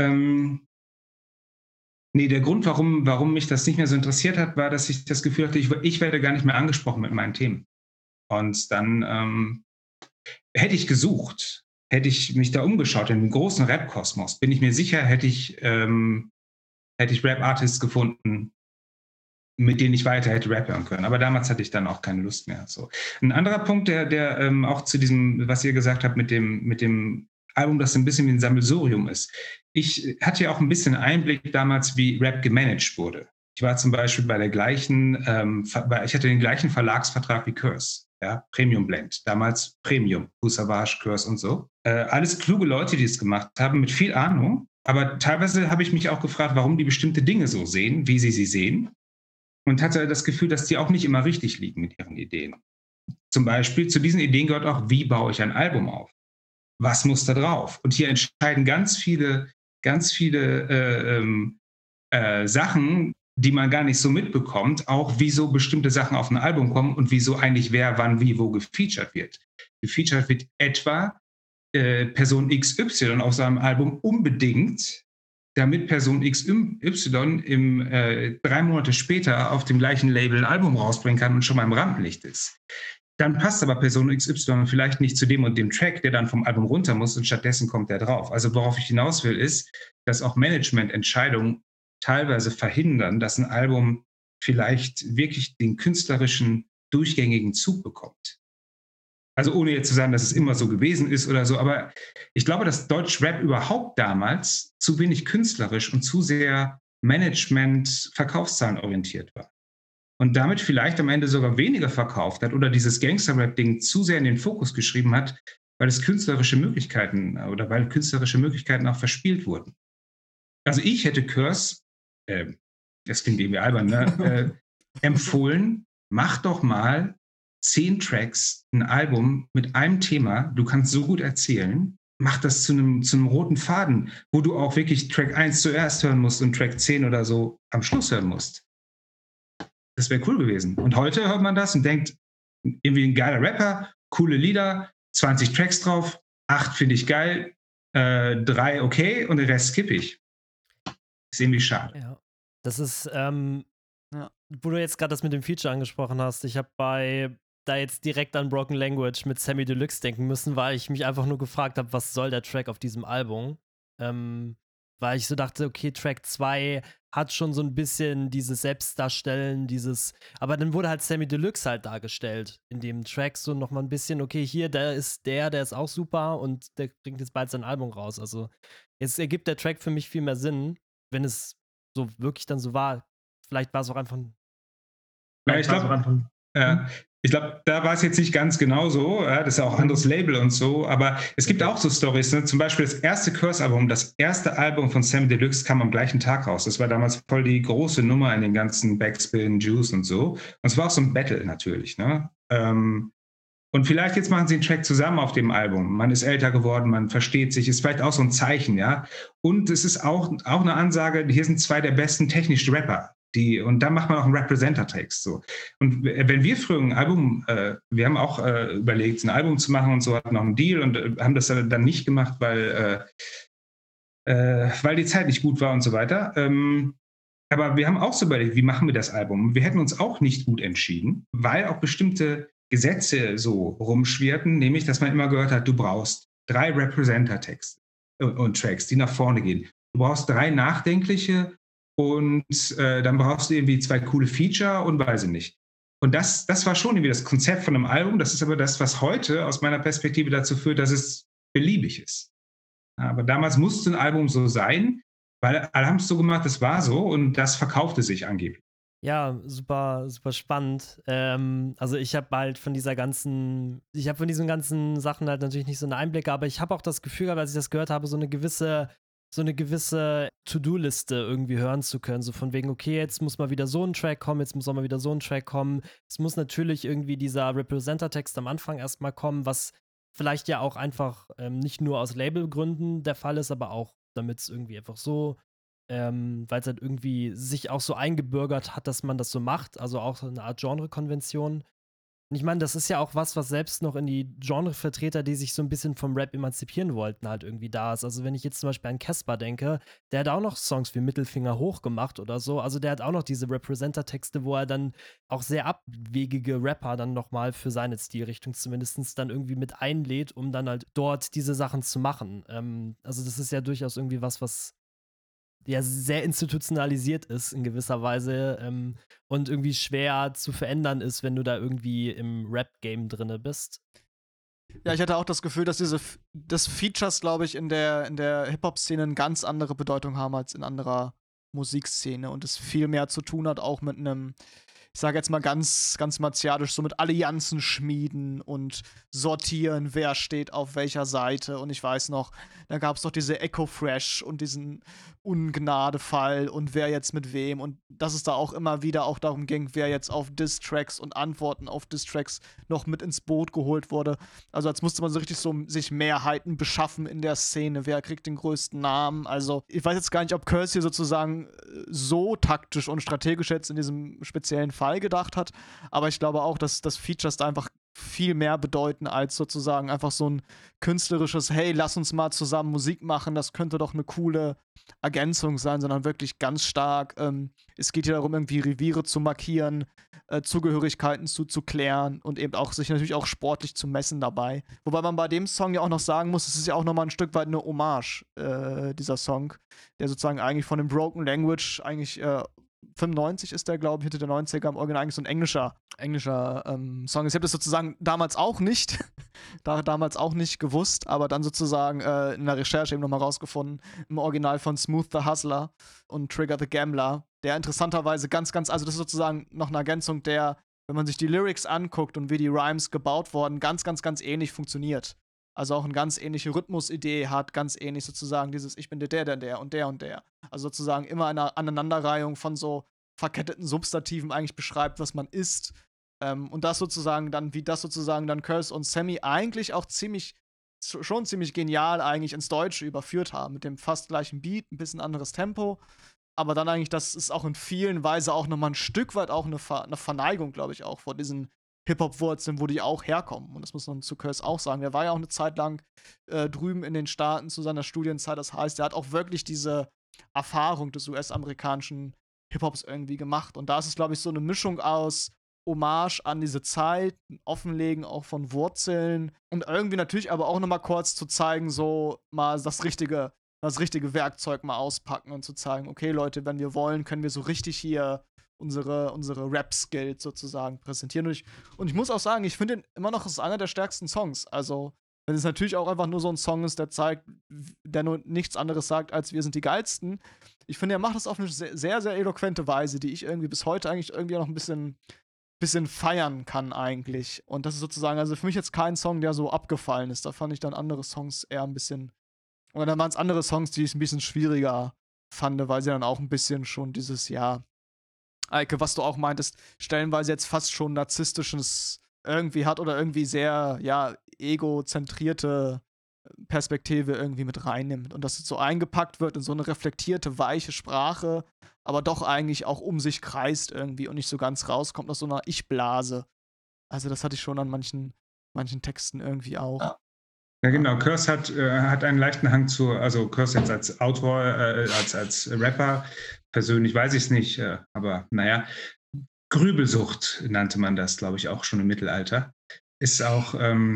nee, der Grund, warum mich das nicht mehr so interessiert hat, war, dass ich das Gefühl hatte, ich werde gar nicht mehr angesprochen mit meinen Themen. Und dann hätte ich gesucht, hätte ich mich da umgeschaut in den großen Rap-Kosmos, bin ich mir sicher, hätte ich Rap-Artists gefunden, mit denen ich weiter hätte Rap hören können. Aber damals hatte ich dann auch keine Lust mehr. So. Ein anderer Punkt, der auch zu diesem, was ihr gesagt habt, mit dem Album, das ein bisschen wie ein Sammelsurium ist. Ich hatte ja auch ein bisschen Einblick damals, wie Rap gemanagt wurde. Ich war zum Beispiel bei der gleichen, ich hatte den gleichen Verlagsvertrag wie Curse. Ja, Premium Blend, damals Premium, Savage, Curse und so. Alles kluge Leute, die es gemacht haben, mit viel Ahnung. Aber teilweise habe ich mich auch gefragt, warum die bestimmte Dinge so sehen, wie sie sehen. Und hatte das Gefühl, dass die auch nicht immer richtig liegen mit ihren Ideen. Zum Beispiel zu diesen Ideen gehört auch, wie baue ich ein Album auf? Was muss da drauf? Und hier entscheiden ganz viele Sachen, die man gar nicht so mitbekommt, auch wieso bestimmte Sachen auf ein Album kommen und wieso eigentlich wer, wann, wie, wo gefeatured wird. Gefeatured wird etwa Person XY auf seinem Album unbedingt, damit Person XY 3 Monate später auf dem gleichen Label ein Album rausbringen kann und schon mal im Rampenlicht ist. Dann passt aber Person XY vielleicht nicht zu dem und dem Track, der dann vom Album runter muss und stattdessen kommt der drauf. Also worauf ich hinaus will, ist, dass auch Managemententscheidungen teilweise verhindern, dass ein Album vielleicht wirklich den künstlerischen, durchgängigen Zug bekommt. Also ohne jetzt zu sagen, dass es immer so gewesen ist oder so, aber ich glaube, dass Deutschrap überhaupt damals zu wenig künstlerisch und zu sehr Management-Verkaufszahlen orientiert war. Und damit vielleicht am Ende sogar weniger verkauft hat oder dieses Gangster-Rap-Ding zu sehr in den Fokus geschrieben hat, weil es künstlerische Möglichkeiten auch verspielt wurden. Also ich hätte Curse, das klingt irgendwie albern, ne, empfohlen, mach doch mal 10 Tracks, ein Album mit einem Thema, du kannst so gut erzählen, mach das zu einem roten Faden, wo du auch wirklich Track 1 zuerst hören musst und Track 10 oder so am Schluss hören musst. Das wäre cool gewesen. Und heute hört man das und denkt, irgendwie ein geiler Rapper, coole Lieder, 20 Tracks drauf, 8 finde ich geil, 3 okay und den Rest skippe ich. Ist irgendwie schade. Ja. Das ist, wo du jetzt gerade das mit dem Feature angesprochen hast, ich habe da jetzt direkt an Broken Language mit Sammy Deluxe denken müssen, weil ich mich einfach nur gefragt habe, was soll der Track auf diesem Album? Weil ich so dachte, okay, Track 2 hat schon so ein bisschen dieses Selbstdarstellen, aber dann wurde halt Sammy Deluxe halt dargestellt in dem Track so nochmal ein bisschen, okay, hier, der ist auch super und der bringt jetzt bald sein Album raus. Also jetzt ergibt der Track für mich viel mehr Sinn, wenn es so wirklich dann so war. Vielleicht war es auch einfach ich glaube, da war es jetzt nicht ganz genau so. Das ist ja auch ein anderes Label und so. Aber es gibt auch so Storys. Ne? Zum Beispiel das erste Curse-Album, das erste Album von Sammy Deluxe kam am gleichen Tag raus. Das war damals voll die große Nummer in den ganzen Backspin, Juice und so. Und es war auch so ein Battle natürlich. Ne? Und vielleicht jetzt machen sie einen Track zusammen auf dem Album. Man ist älter geworden, man versteht sich. Ist vielleicht auch so ein Zeichen, ja. Und es ist auch eine Ansage, hier sind 2 der besten technischen Rapper. Und da macht man auch einen Representer-Text. So. Und wenn wir früher ein Album, wir haben auch überlegt, ein Album zu machen und so, hatten noch einen Deal und haben das dann nicht gemacht, weil die Zeit nicht gut war und so weiter. Aber wir haben auch so überlegt, wie machen wir das Album? Wir hätten uns auch nicht gut entschieden, weil auch bestimmte Gesetze so rumschwirrten, nämlich, dass man immer gehört hat, du brauchst 3 Representer-Texte und Tracks, die nach vorne gehen. Du brauchst 3 nachdenkliche und dann brauchst du irgendwie 2 coole Feature und weiß ich nicht. Und das war schon irgendwie das Konzept von einem Album. Das ist aber das, was heute aus meiner Perspektive dazu führt, dass es beliebig ist. Aber damals musste ein Album so sein, weil alle haben es so gemacht, das war so und das verkaufte sich angeblich. Ja, super, super spannend. Also ich habe halt von diesen ganzen Sachen halt natürlich nicht so einen Einblick, aber ich habe auch das Gefühl, als ich das gehört habe, so eine gewisse To-Do-Liste irgendwie hören zu können. So von wegen, okay, jetzt muss mal wieder so ein Track kommen, jetzt muss auch mal wieder so ein Track kommen. Es muss natürlich irgendwie dieser Representer-Text am Anfang erstmal kommen, was vielleicht ja auch einfach nicht nur aus Labelgründen der Fall ist, aber auch damit es irgendwie einfach so weil es halt irgendwie sich auch so eingebürgert hat, dass man das so macht, also auch so eine Art Genre-Konvention. Und ich meine, das ist ja auch was selbst noch in die Genrevertreter, die sich so ein bisschen vom Rap emanzipieren wollten, halt irgendwie da ist. Also wenn ich jetzt zum Beispiel an Caspar denke, der hat auch noch Songs wie Mittelfinger hoch gemacht oder so. Also der hat auch noch diese Representer-Texte, wo er dann auch sehr abwegige Rapper dann nochmal für seine Stilrichtung zumindest dann irgendwie mit einlädt, um dann halt dort diese Sachen zu machen. Also das ist ja durchaus irgendwie was ja sehr institutionalisiert ist in gewisser Weise und irgendwie schwer zu verändern ist, wenn du da irgendwie im Rap-Game drinne bist. Ja, ich hatte auch das Gefühl, dass das Features, glaube ich, in der Hip-Hop-Szene eine ganz andere Bedeutung haben als in anderer Musikszene und es viel mehr zu tun hat, auch mit einem, ich sage jetzt mal ganz, ganz martialisch, so mit Allianzen schmieden und sortieren, wer steht auf welcher Seite. Und ich weiß noch, da gab es doch diese Echo Fresh und diesen Ungnadefall und wer jetzt mit wem. Und dass es da auch immer wieder auch darum ging, wer jetzt auf Diss-Tracks und Antworten auf Diss-Tracks noch mit ins Boot geholt wurde. Also als musste man so richtig so sich Mehrheiten beschaffen in der Szene. Wer kriegt den größten Namen? Also ich weiß jetzt gar nicht, ob Curse hier sozusagen so taktisch und strategisch jetzt in diesem speziellen Fall gedacht hat. Aber ich glaube auch, dass das Features da einfach viel mehr bedeuten als sozusagen einfach so ein künstlerisches, hey, lass uns mal zusammen Musik machen, das könnte doch eine coole Ergänzung sein, sondern wirklich ganz stark, es geht hier darum, irgendwie Reviere zu markieren, Zugehörigkeiten zu klären und eben auch sich natürlich auch sportlich zu messen dabei. Wobei man bei dem Song ja auch noch sagen muss, es ist ja auch nochmal ein Stück weit eine Hommage, dieser Song, der sozusagen eigentlich von dem Broken Language eigentlich 95 ist der, glaube ich, Mitte der 90er im Original eigentlich so ein englischer Song. Ich habe das sozusagen damals auch nicht gewusst, aber dann sozusagen in der Recherche eben nochmal rausgefunden, im Original von Smooth the Hustler und Trigger the Gambler, der interessanterweise ganz, ganz, also das ist sozusagen noch eine Ergänzung, der, wenn man sich die Lyrics anguckt und wie die Rhymes gebaut wurden, ganz, ganz, ganz ähnlich funktioniert. Also auch eine ganz ähnliche Rhythmusidee hat, ganz ähnlich sozusagen dieses ich bin der und der und der. Also sozusagen immer eine Aneinanderreihung von so verketteten Substantiven eigentlich beschreibt, was man ist. Und das sozusagen dann, wie das sozusagen dann Curse und Sammy eigentlich auch schon ziemlich genial eigentlich ins Deutsche überführt haben. Mit dem fast gleichen Beat, ein bisschen anderes Tempo. Aber dann eigentlich, das ist auch in vielen Weise auch nochmal ein Stück weit auch eine Verneigung, glaube ich, auch vor diesen Hip-Hop-Wurzeln, wo die auch herkommen. Und das muss man zu Curse auch sagen. Der war ja auch eine Zeit lang drüben in den Staaten zu seiner Studienzeit. Das heißt, er hat auch wirklich diese Erfahrung des US-amerikanischen Hip-Hops irgendwie gemacht. Und da ist es, glaube ich, so eine Mischung aus Hommage an diese Zeit, Offenlegen auch von Wurzeln und irgendwie natürlich aber auch noch mal kurz zu zeigen, so mal das richtige Werkzeug mal auspacken und zu zeigen, okay, Leute, wenn wir wollen, können wir so richtig hier unsere Rap-Skills sozusagen präsentieren. Und ich muss auch sagen, ich finde ihn immer noch, ist einer der stärksten Songs. Also, wenn es natürlich auch einfach nur so ein Song ist, der nur nichts anderes sagt, als wir sind die Geilsten. Ich finde, er macht das auf eine sehr, sehr, sehr eloquente Weise, die ich irgendwie bis heute eigentlich irgendwie noch ein bisschen feiern kann eigentlich. Und das ist sozusagen, also für mich jetzt kein Song, der so abgefallen ist. Da fand ich dann andere Songs eher ein bisschen, oder dann waren es andere Songs, die ich ein bisschen schwieriger fand, weil sie dann auch ein bisschen schon dieses, ja, Eike, was du auch meintest, stellenweise jetzt fast schon narzisstisches irgendwie hat oder irgendwie sehr, ja, egozentrierte Perspektive irgendwie mit reinnimmt und dass es so eingepackt wird in so eine reflektierte, weiche Sprache, aber doch eigentlich auch um sich kreist irgendwie und nicht so ganz rauskommt aus so einer Ich-Blase. Also das hatte ich schon an manchen Texten irgendwie auch. Ja, genau. Curse hat einen leichten Hang also Curse jetzt als Autor, als Rapper, persönlich weiß ich es nicht, aber naja, Grübelsucht nannte man das, glaube ich, auch schon im Mittelalter. Ist auch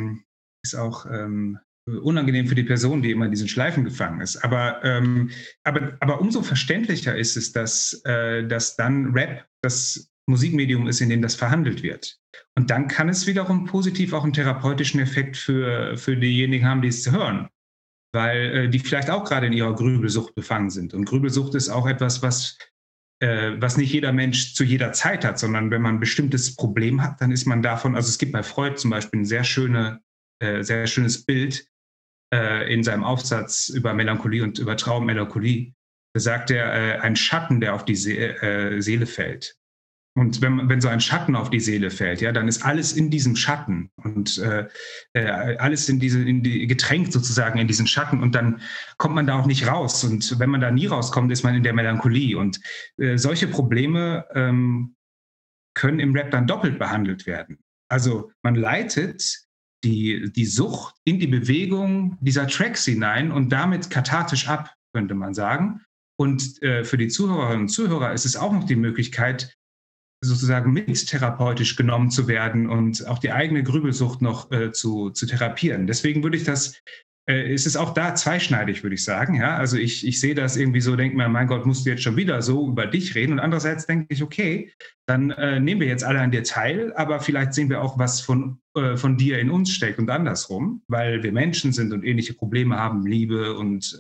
unangenehm für die Person, die immer in diesen Schleifen gefangen ist. Aber umso verständlicher ist es, dass dann Rap das Musikmedium ist, in dem das verhandelt wird. Und dann kann es wiederum positiv auch einen therapeutischen Effekt für diejenigen haben, die es hören. Weil die vielleicht auch gerade in ihrer Grübelsucht befangen sind. Und Grübelsucht ist auch etwas, was nicht jeder Mensch zu jeder Zeit hat, sondern wenn man ein bestimmtes Problem hat, dann ist man davon, also es gibt bei Freud zum Beispiel ein sehr schönes Bild in seinem Aufsatz über Melancholie und über Traummelancholie. Da sagt er, ein Schatten, der auf die Seele fällt. Und wenn so ein Schatten auf die Seele fällt, ja, dann ist alles in diesem Schatten und alles getränkt sozusagen in diesen Schatten und dann kommt man da auch nicht raus. Und wenn man da nie rauskommt, ist man in der Melancholie. Und solche Probleme können im Rap dann doppelt behandelt werden. Also man leitet die Sucht in die Bewegung dieser Tracks hinein und damit kathartisch ab, könnte man sagen. Und für die Zuhörerinnen und Zuhörer ist es auch noch die Möglichkeit, sozusagen mit therapeutisch genommen zu werden und auch die eigene Grübelsucht noch zu therapieren. Deswegen würde ich ist es auch da zweischneidig, würde ich sagen. Ja? Also ich sehe das irgendwie so, denke mir, mein Gott, musst du jetzt schon wieder so über dich reden? Und andererseits denke ich, okay, dann nehmen wir jetzt alle an dir teil, aber vielleicht sehen wir auch, was von dir in uns steckt und andersrum, weil wir Menschen sind und ähnliche Probleme haben, Liebe und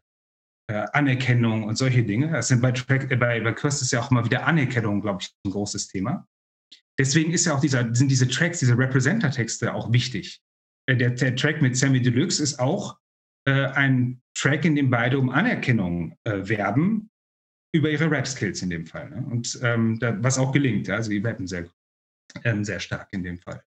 Anerkennung und solche Dinge. Das sind bei Curse ist ja auch immer wieder Anerkennung, glaube ich, ein großes Thema. Deswegen ist ja auch sind diese Tracks, diese Representer-Texte auch wichtig. Der Track mit Sammy Deluxe ist auch ein Track, in dem beide um Anerkennung werben über ihre Rap-Skills in dem Fall. Ne? Und was auch gelingt. Ja? Also die rappen sehr stark in dem Fall.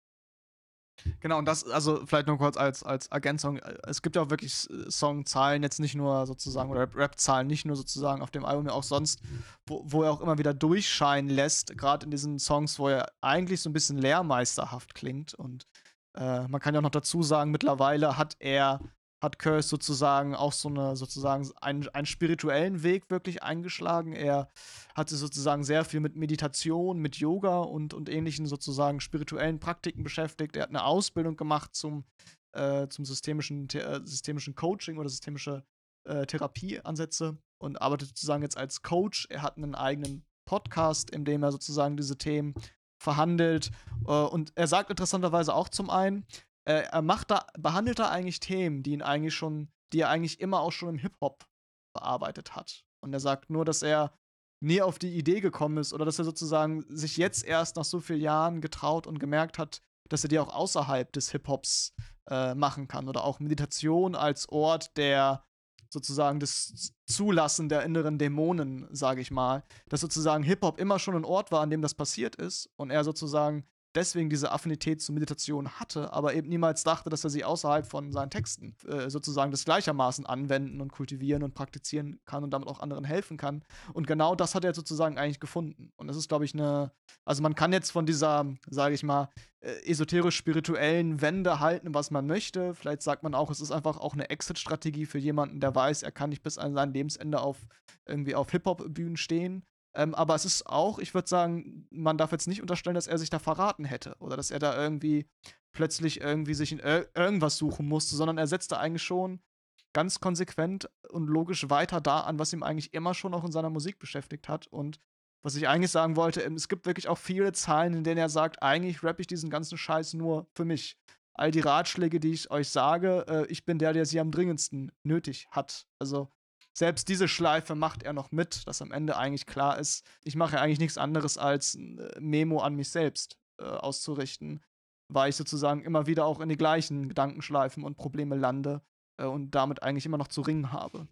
Genau, und das, also vielleicht nur kurz als Ergänzung, es gibt ja auch wirklich Songzahlen, jetzt nicht nur sozusagen, oder Rap-Zahlen, nicht nur sozusagen auf dem Album, ja auch sonst, wo er auch immer wieder durchscheinen lässt, gerade in diesen Songs, wo er eigentlich so ein bisschen lehrmeisterhaft klingt. Und man kann ja auch noch dazu sagen, mittlerweile hat Curse sozusagen auch einen spirituellen Weg wirklich eingeschlagen. Er hat sich sozusagen sehr viel mit Meditation, mit Yoga und ähnlichen sozusagen spirituellen Praktiken beschäftigt. Er hat eine Ausbildung gemacht zum systemischen Coaching oder systemische Therapieansätze und arbeitet sozusagen jetzt als Coach. Er hat einen eigenen Podcast, in dem er sozusagen diese Themen verhandelt. Und er sagt interessanterweise auch zum einen, behandelt da eigentlich Themen, die er eigentlich immer auch schon im Hip-Hop bearbeitet hat. Und er sagt nur, dass er nie auf die Idee gekommen ist oder dass er sozusagen sich jetzt erst nach so vielen Jahren getraut und gemerkt hat, dass er die auch außerhalb des Hip-Hops machen kann. Oder auch Meditation als Ort der sozusagen das Zulassen der inneren Dämonen, sage ich mal. Dass sozusagen Hip-Hop immer schon ein Ort war, an dem das passiert ist und er sozusagen deswegen diese Affinität zur Meditation hatte, aber eben niemals dachte, dass er sie außerhalb von seinen Texten sozusagen das gleichermaßen anwenden und kultivieren und praktizieren kann und damit auch anderen helfen kann. Und genau das hat er sozusagen eigentlich gefunden. Und das ist, glaube ich, also man kann jetzt von dieser, sage ich mal, esoterisch-spirituellen Wende halten, was man möchte. Vielleicht sagt man auch, es ist einfach auch eine Exit-Strategie für jemanden, der weiß, er kann nicht bis an sein Lebensende irgendwie auf Hip-Hop-Bühnen stehen. Aber es ist auch, ich würde sagen, man darf jetzt nicht unterstellen, dass er sich da verraten hätte oder dass er da irgendwie plötzlich irgendwie sich in irgendwas suchen musste, sondern er setzte eigentlich schon ganz konsequent und logisch weiter da an, was ihm eigentlich immer schon auch in seiner Musik beschäftigt hat. Und was ich eigentlich sagen wollte, es gibt wirklich auch viele Zahlen, in denen er sagt, eigentlich rappe ich diesen ganzen Scheiß nur für mich. All die Ratschläge, die ich euch sage, ich bin der sie am dringendsten nötig hat. Also selbst diese Schleife macht er noch mit, dass am Ende eigentlich klar ist, ich mache eigentlich nichts anderes als ein Memo an mich selbst auszurichten, weil ich sozusagen immer wieder auch in die gleichen Gedankenschleifen und Probleme lande und damit eigentlich immer noch zu ringen habe.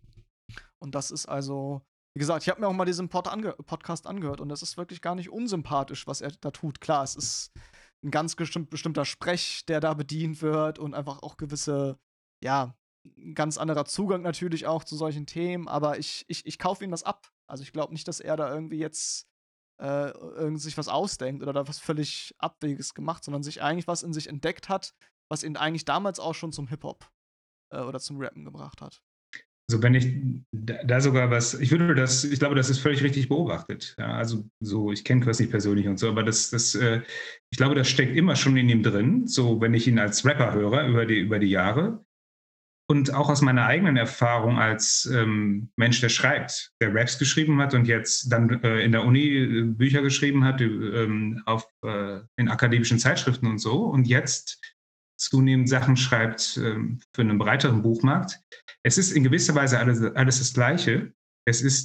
Und das ist also, wie gesagt, ich habe mir auch mal diesen Podcast angehört und das ist wirklich gar nicht unsympathisch, was er da tut. Klar, es ist ein ganz bestimmter Sprech, der da bedient wird und einfach auch gewisse, ja, ein ganz anderer Zugang natürlich auch zu solchen Themen, aber ich kaufe ihm das ab. Also ich glaube nicht, dass er da irgendwie jetzt sich was ausdenkt oder da was völlig Abwegiges gemacht, sondern sich eigentlich was in sich entdeckt hat, was ihn eigentlich damals auch schon zum Hip-Hop oder zum Rappen gebracht hat. Also wenn ich da sogar ich glaube, das ist völlig richtig beobachtet. Ja, also so, ich kenne Curse nicht persönlich und so, aber ich glaube, das steckt immer schon in ihm drin, so wenn ich ihn als Rapper höre über die Jahre. Und auch aus meiner eigenen Erfahrung als Mensch, der schreibt, der Raps geschrieben hat und jetzt dann in der Uni Bücher geschrieben hat in akademischen Zeitschriften und so und jetzt zunehmend Sachen schreibt für einen breiteren Buchmarkt. Es ist in gewisser Weise alles das Gleiche. Es ist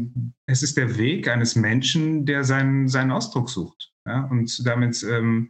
der Weg eines Menschen, der seinen Ausdruck sucht, ja? Und damit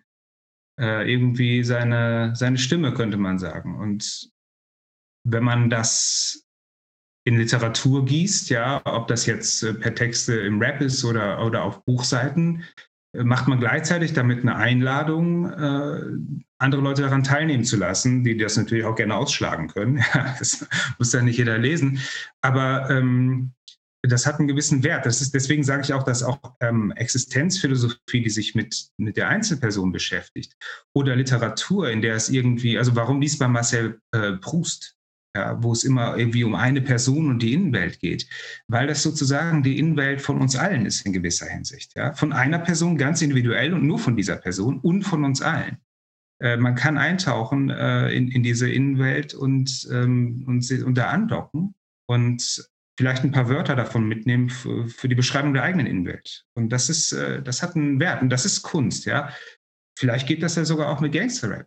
irgendwie seine Stimme, könnte man sagen. Und wenn man das in Literatur gießt, ja, ob das jetzt per Texte im Rap ist oder auf Buchseiten, macht man gleichzeitig damit eine Einladung, andere Leute daran teilnehmen zu lassen, die das natürlich auch gerne ausschlagen können. Ja, das muss ja nicht jeder lesen. Aber das hat einen gewissen Wert. Deswegen sage ich auch, dass auch Existenzphilosophie, die sich mit der Einzelperson beschäftigt, oder Literatur, in der es irgendwie, also warum liest man Marcel Proust, ja, wo es immer irgendwie um eine Person und die Innenwelt geht? Weil das sozusagen die Innenwelt von uns allen ist in gewisser Hinsicht. Ja? Von einer Person ganz individuell und nur von dieser Person und von uns allen. Man kann eintauchen in diese Innenwelt und da andocken und vielleicht ein paar Wörter davon mitnehmen für die Beschreibung der eigenen Innenwelt. Und das hat einen Wert und das ist Kunst, ja. Vielleicht geht das ja sogar auch mit Gangster-Rap.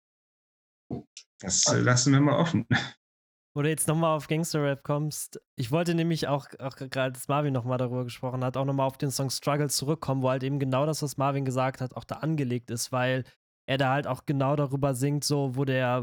Das lassen wir mal offen. Wo du jetzt nochmal auf Gangster-Rap kommst, ich wollte nämlich auch gerade, als Marvin nochmal darüber gesprochen hat, auch nochmal auf den Song Struggle zurückkommen, wo halt eben genau das, was Marvin gesagt hat, auch da angelegt ist, weil er da halt auch genau darüber singt, so, wo der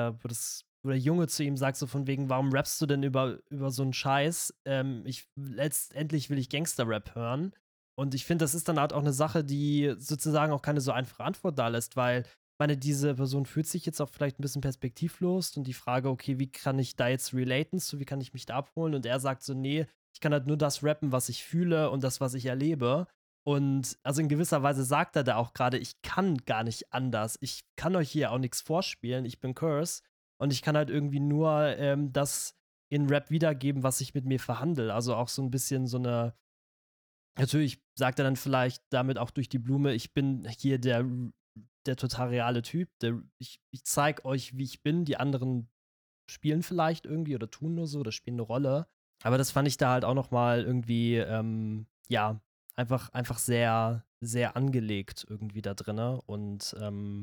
Junge zu ihm sagt, so von wegen, warum rappst du denn über so einen Scheiß? Letztendlich will ich Gangster-Rap hören. Und ich finde, das ist dann halt auch eine Sache, die sozusagen auch keine so einfache Antwort da lässt, weil ich meine, diese Person fühlt sich jetzt auch vielleicht ein bisschen perspektivlos und die Frage, okay, wie kann ich da jetzt relaten zu, wie kann ich mich da abholen? Und er sagt so, nee, ich kann halt nur das rappen, was ich fühle und das, was ich erlebe. Und also in gewisser Weise sagt er da auch gerade, ich kann gar nicht anders. Ich kann euch hier auch nichts vorspielen. Ich bin Curse und ich kann halt irgendwie nur das in Rap wiedergeben, was ich mit mir verhandle. Also auch so ein bisschen so eine. Natürlich sagt er dann vielleicht damit auch durch die Blume, ich bin hier der total reale Typ. Ich zeig euch, wie ich bin. Die anderen spielen vielleicht irgendwie oder tun nur so oder spielen eine Rolle. Aber das fand ich da halt auch noch mal irgendwie, ja, einfach sehr, sehr angelegt irgendwie da drinne. Und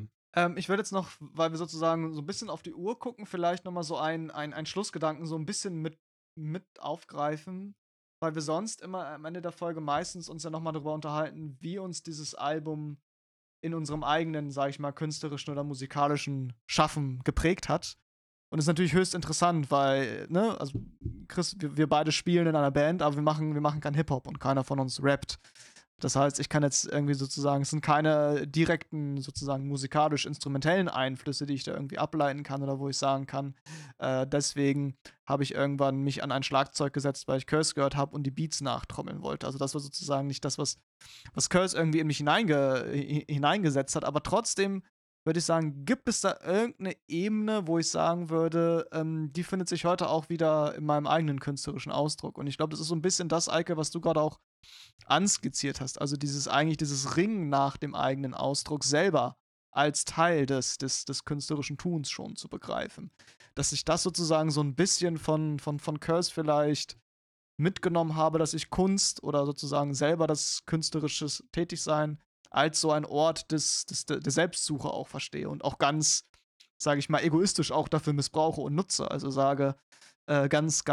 ich würde jetzt noch, weil wir sozusagen so ein bisschen auf die Uhr gucken, vielleicht noch mal so einen Schlussgedanken so ein bisschen mit aufgreifen, weil wir sonst immer am Ende der Folge meistens uns ja noch mal darüber unterhalten, wie uns dieses Album in unserem eigenen, sag ich mal, künstlerischen oder musikalischen Schaffen geprägt hat. Und das ist natürlich höchst interessant, weil, ne, also Chris, wir beide spielen in einer Band, aber wir machen keinen Hip-Hop und keiner von uns rappt. Das heißt, ich kann jetzt irgendwie sozusagen, es sind keine direkten, sozusagen musikalisch-instrumentellen Einflüsse, die ich da irgendwie ableiten kann oder wo ich sagen kann, deswegen habe ich irgendwann mich an ein Schlagzeug gesetzt, weil ich Curse gehört habe und die Beats nachtrommeln wollte. Also das war sozusagen nicht das, was Curse irgendwie in mich hineingesetzt hat, aber trotzdem würde ich sagen, gibt es da irgendeine Ebene, wo ich sagen würde, die findet sich heute auch wieder in meinem eigenen künstlerischen Ausdruck. Und ich glaube, das ist so ein bisschen das, Eike, was du gerade auch anskizziert hast. Also dieses Ringen nach dem eigenen Ausdruck selber als Teil des künstlerischen Tuns schon zu begreifen. Dass ich das sozusagen so ein bisschen von Curse vielleicht mitgenommen habe, dass ich Kunst oder sozusagen selber das künstlerische Tätigsein als so ein Ort der Selbstsuche auch verstehe und auch ganz, sage ich mal, egoistisch auch dafür missbrauche und nutze. Also sage ganz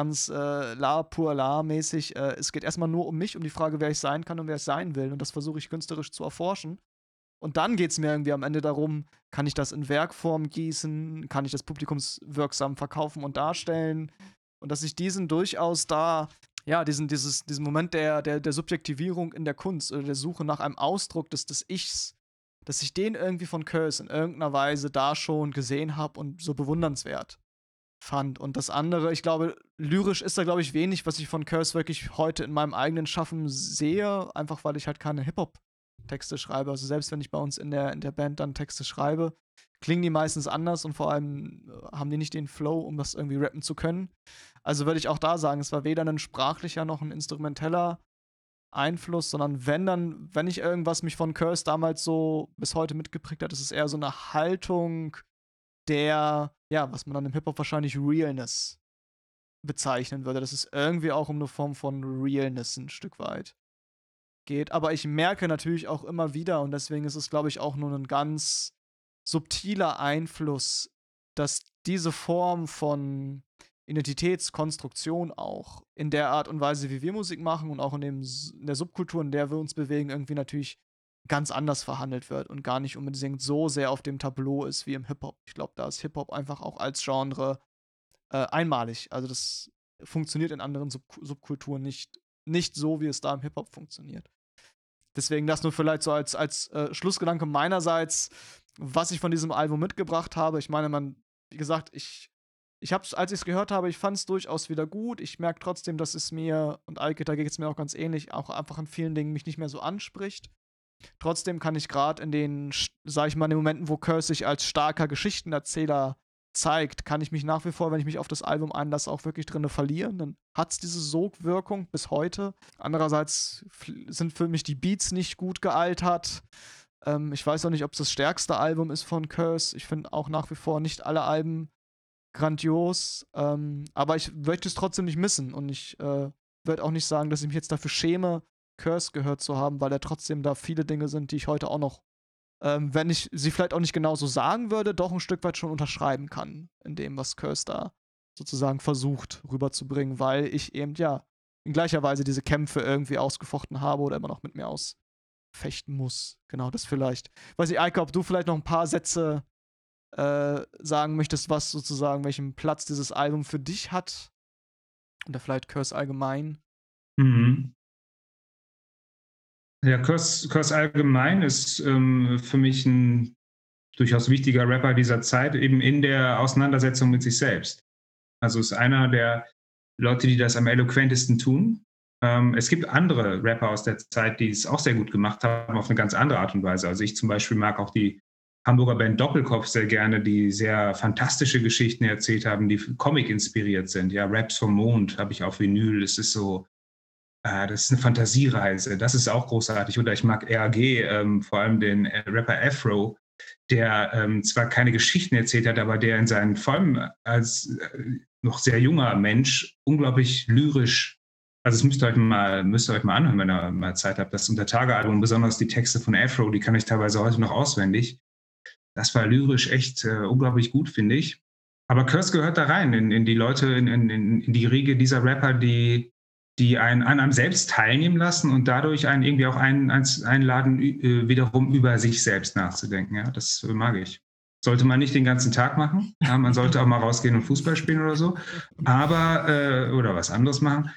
la pur la mäßig, es geht erstmal nur um mich, um die Frage, wer ich sein kann und wer ich sein will. Und das versuche ich künstlerisch zu erforschen. Und dann geht es mir irgendwie am Ende darum, kann ich das in Werkform gießen, kann ich das publikumswirksam verkaufen und darstellen? Und dass ich diesen durchaus da, ja, diesen Moment der Subjektivierung in der Kunst oder der Suche nach einem Ausdruck des Ichs, dass ich den irgendwie von Curse in irgendeiner Weise da schon gesehen habe und so bewundernswert fand. Und das andere, ich glaube, lyrisch ist da, glaube ich, wenig, was ich von Curse wirklich heute in meinem eigenen Schaffen sehe, einfach weil ich halt keine Hip-Hop-Texte schreibe. Also selbst wenn ich bei uns in der Band dann Texte schreibe, klingen die meistens anders und vor allem haben die nicht den Flow, um das irgendwie rappen zu können. Also würde ich auch da sagen, es war weder ein sprachlicher noch ein instrumenteller Einfluss, sondern wenn ich irgendwas mich von Curse damals so bis heute mitgeprägt hat, ist es eher so eine Haltung der, ja, was man dann im Hip-Hop wahrscheinlich Realness bezeichnen würde. Das ist irgendwie auch um eine Form von Realness ein Stück weit geht. Aber ich merke natürlich auch immer wieder, und deswegen ist es, glaube ich, auch nur ein ganz subtiler Einfluss, dass diese Form von Identitätskonstruktion auch in der Art und Weise, wie wir Musik machen und auch in der Subkultur, in der wir uns bewegen, irgendwie natürlich ganz anders verhandelt wird und gar nicht unbedingt so sehr auf dem Tableau ist wie im Hip-Hop. Ich glaube, da ist Hip-Hop einfach auch als Genre einmalig. Also das funktioniert in anderen Subkulturen nicht so, wie es da im Hip-Hop funktioniert. Deswegen das nur vielleicht so als Schlussgedanke meinerseits, was ich von diesem Album mitgebracht habe. Ich meine, wie gesagt, ich als ich es gehört habe, ich fand es durchaus wieder gut. Ich merke trotzdem, dass es mir, und Eike, da geht es mir auch ganz ähnlich, auch einfach in vielen Dingen mich nicht mehr so anspricht. Trotzdem kann ich gerade in den, sag ich mal, in den Momenten, wo Curse sich als starker Geschichtenerzähler zeigt, kann ich mich nach wie vor, wenn ich mich auf das Album einlasse, auch wirklich drinne verlieren. Dann hat es diese Sogwirkung bis heute. Andererseits sind für mich die Beats nicht gut gealtert. Ich weiß auch nicht, ob es das stärkste Album ist von Curse. Ich finde auch nach wie vor nicht alle Alben grandios. Aber ich möchte es trotzdem nicht missen. Und ich würde auch nicht sagen, dass ich mich jetzt dafür schäme, Curse gehört zu haben, weil da trotzdem da viele Dinge sind, die ich heute auch noch, wenn ich sie vielleicht auch nicht genauso sagen würde, doch ein Stück weit schon unterschreiben kann, in dem, was Curse da sozusagen versucht rüberzubringen, weil ich eben, ja, in gleicher Weise diese Kämpfe irgendwie ausgefochten habe oder immer noch mit mir ausfechten muss. Genau, das vielleicht. Weiß ich, Eike, ob du vielleicht noch ein paar Sätze sagen möchtest, was sozusagen, welchen Platz dieses Album für dich hat. Oder vielleicht Curse allgemein. Mhm. Ja, Curse allgemein ist für mich ein durchaus wichtiger Rapper dieser Zeit, eben in der Auseinandersetzung mit sich selbst. Also ist einer der Leute, die das am eloquentesten tun. Es gibt andere Rapper aus der Zeit, die es auch sehr gut gemacht haben, auf eine ganz andere Art und Weise. Also ich zum Beispiel mag auch die Hamburger Band Doppelkopf sehr gerne, die sehr fantastische Geschichten erzählt haben, die Comic inspiriert sind. Ja, Raps vom Mond habe ich auf Vinyl. Es ist so, das ist eine Fantasiereise. Das ist auch großartig. Oder ich mag RAG, vor allem den Rapper Afro, der zwar keine Geschichten erzählt hat, aber der in seinen, vor allem als noch sehr junger Mensch, unglaublich lyrisch, also das müsst ihr euch mal anhören, wenn ihr mal Zeit habt. Das Untertage-Album, besonders die Texte von Afro, die kann ich teilweise heute noch auswendig. Das war lyrisch echt unglaublich gut, finde ich. Aber Curse gehört da rein, in die Leute, in die Riege dieser Rapper, die einen an einem selbst teilnehmen lassen und dadurch einen irgendwie auch einladen, wiederum über sich selbst nachzudenken. Ja, das mag ich. Sollte man nicht den ganzen Tag machen. Ja, man sollte auch mal rausgehen und Fußball spielen oder so. Aber, oder was anderes machen.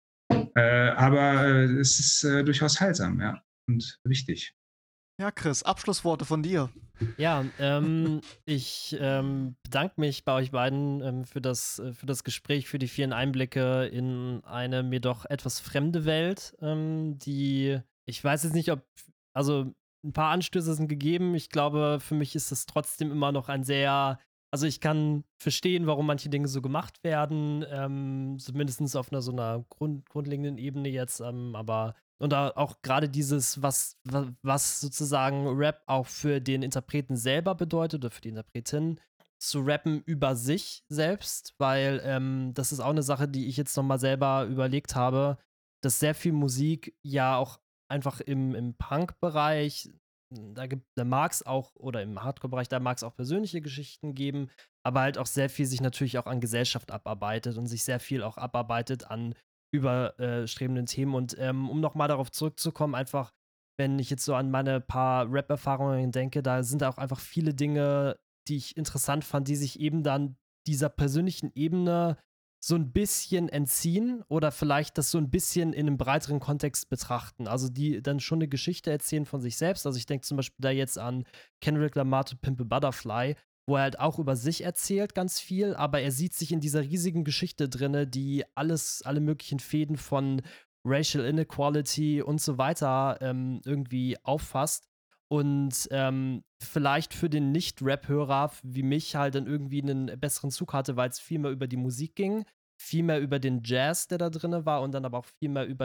Aber es ist durchaus heilsam, ja, und wichtig. Ja, Chris, Abschlussworte von dir. Ja, ich bedanke mich bei euch beiden für das Gespräch, für die vielen Einblicke in eine mir doch etwas fremde Welt, die, ich weiß jetzt nicht, also ein paar Anstöße sind gegeben. Ich glaube, für mich ist es trotzdem immer noch also ich kann verstehen, warum manche Dinge so gemacht werden, zumindest auf einer so einer grundlegenden Ebene jetzt, aber und auch gerade dieses, was sozusagen Rap auch für den Interpreten selber bedeutet oder für die Interpretin, zu rappen über sich selbst, weil das ist auch eine Sache, die ich jetzt nochmal selber überlegt habe, dass sehr viel Musik ja auch einfach im Punk-Bereich, da mag es auch, oder im Hardcore-Bereich, da mag es auch persönliche Geschichten geben, aber halt auch sehr viel sich natürlich auch an Gesellschaft abarbeitet und sich sehr viel auch abarbeitet an überstrebenden Themen. Und um nochmal darauf zurückzukommen, einfach, wenn ich jetzt so an meine paar Rap-Erfahrungen denke, da sind auch einfach viele Dinge, die ich interessant fand, die sich eben dann dieser persönlichen Ebene so ein bisschen entziehen oder vielleicht das so ein bisschen in einem breiteren Kontext betrachten. Also die dann schon eine Geschichte erzählen von sich selbst. Also ich denke zum Beispiel da jetzt an Kendrick Lamar to Pimp a Butterfly, wo er halt auch über sich erzählt ganz viel, aber er sieht sich in dieser riesigen Geschichte drinne, die alle möglichen Fäden von Racial Inequality und so weiter irgendwie auffasst und vielleicht für den Nicht-Rap-Hörer wie mich halt dann irgendwie einen besseren Zug hatte, weil es viel mehr über die Musik ging, viel mehr über den Jazz, der da drinne war und dann aber auch viel mehr über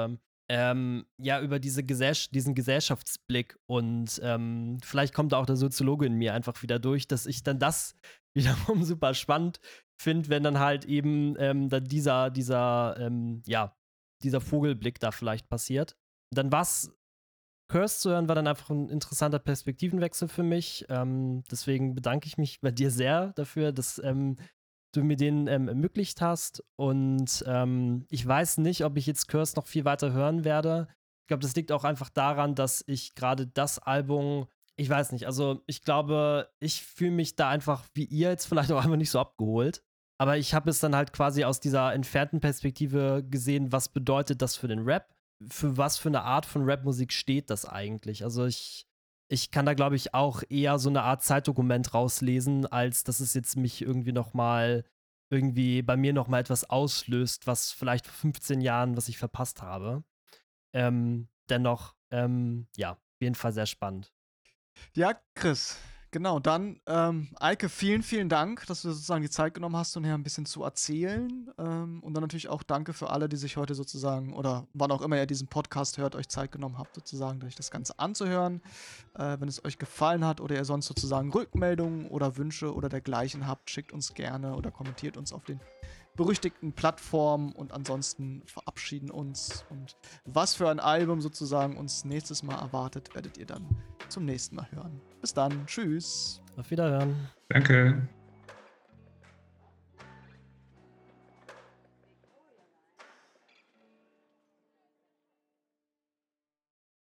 über diesen Gesellschaftsblick und vielleicht kommt da auch der Soziologe in mir einfach wieder durch, dass ich dann das wiederum super spannend finde, wenn dann halt eben dann dieser Vogelblick da vielleicht passiert. Dann Curse zu hören, war dann einfach ein interessanter Perspektivenwechsel für mich. Deswegen bedanke ich mich bei dir sehr dafür, dass du mir den ermöglicht hast. Und ich weiß nicht, ob ich jetzt Curse noch viel weiter hören werde. Ich glaube, das liegt auch einfach daran, dass ich gerade das Album, ich weiß nicht, also ich glaube, ich fühle mich da einfach wie ihr jetzt vielleicht auch einfach nicht so abgeholt. Aber ich habe es dann halt quasi aus dieser entfernten Perspektive gesehen, was bedeutet das für den Rap? Für was für eine Art von Rapmusik steht das eigentlich? Also ich kann da, glaube ich, auch eher so eine Art Zeitdokument rauslesen, als dass es jetzt mich irgendwie noch mal irgendwie bei mir nochmal etwas auslöst, was vielleicht vor 15 Jahren, was ich verpasst habe. Dennoch, ja, auf jeden Fall sehr spannend. Ja, Chris, genau. Dann, Eike, vielen, vielen Dank, dass du sozusagen die Zeit genommen hast, um hier ein bisschen zu erzählen. Und dann natürlich auch danke für alle, die sich heute sozusagen, oder wann auch immer ihr diesen Podcast hört, euch Zeit genommen habt, sozusagen, euch das Ganze anzuhören. Wenn es euch gefallen hat oder ihr sonst sozusagen Rückmeldungen oder Wünsche oder dergleichen habt, schickt uns gerne oder kommentiert uns auf den berüchtigten Plattformen und ansonsten verabschieden uns. Und was für ein Album sozusagen uns nächstes Mal erwartet, werdet ihr dann zum nächsten Mal hören. Bis dann. Tschüss. Auf Wiederhören. Danke.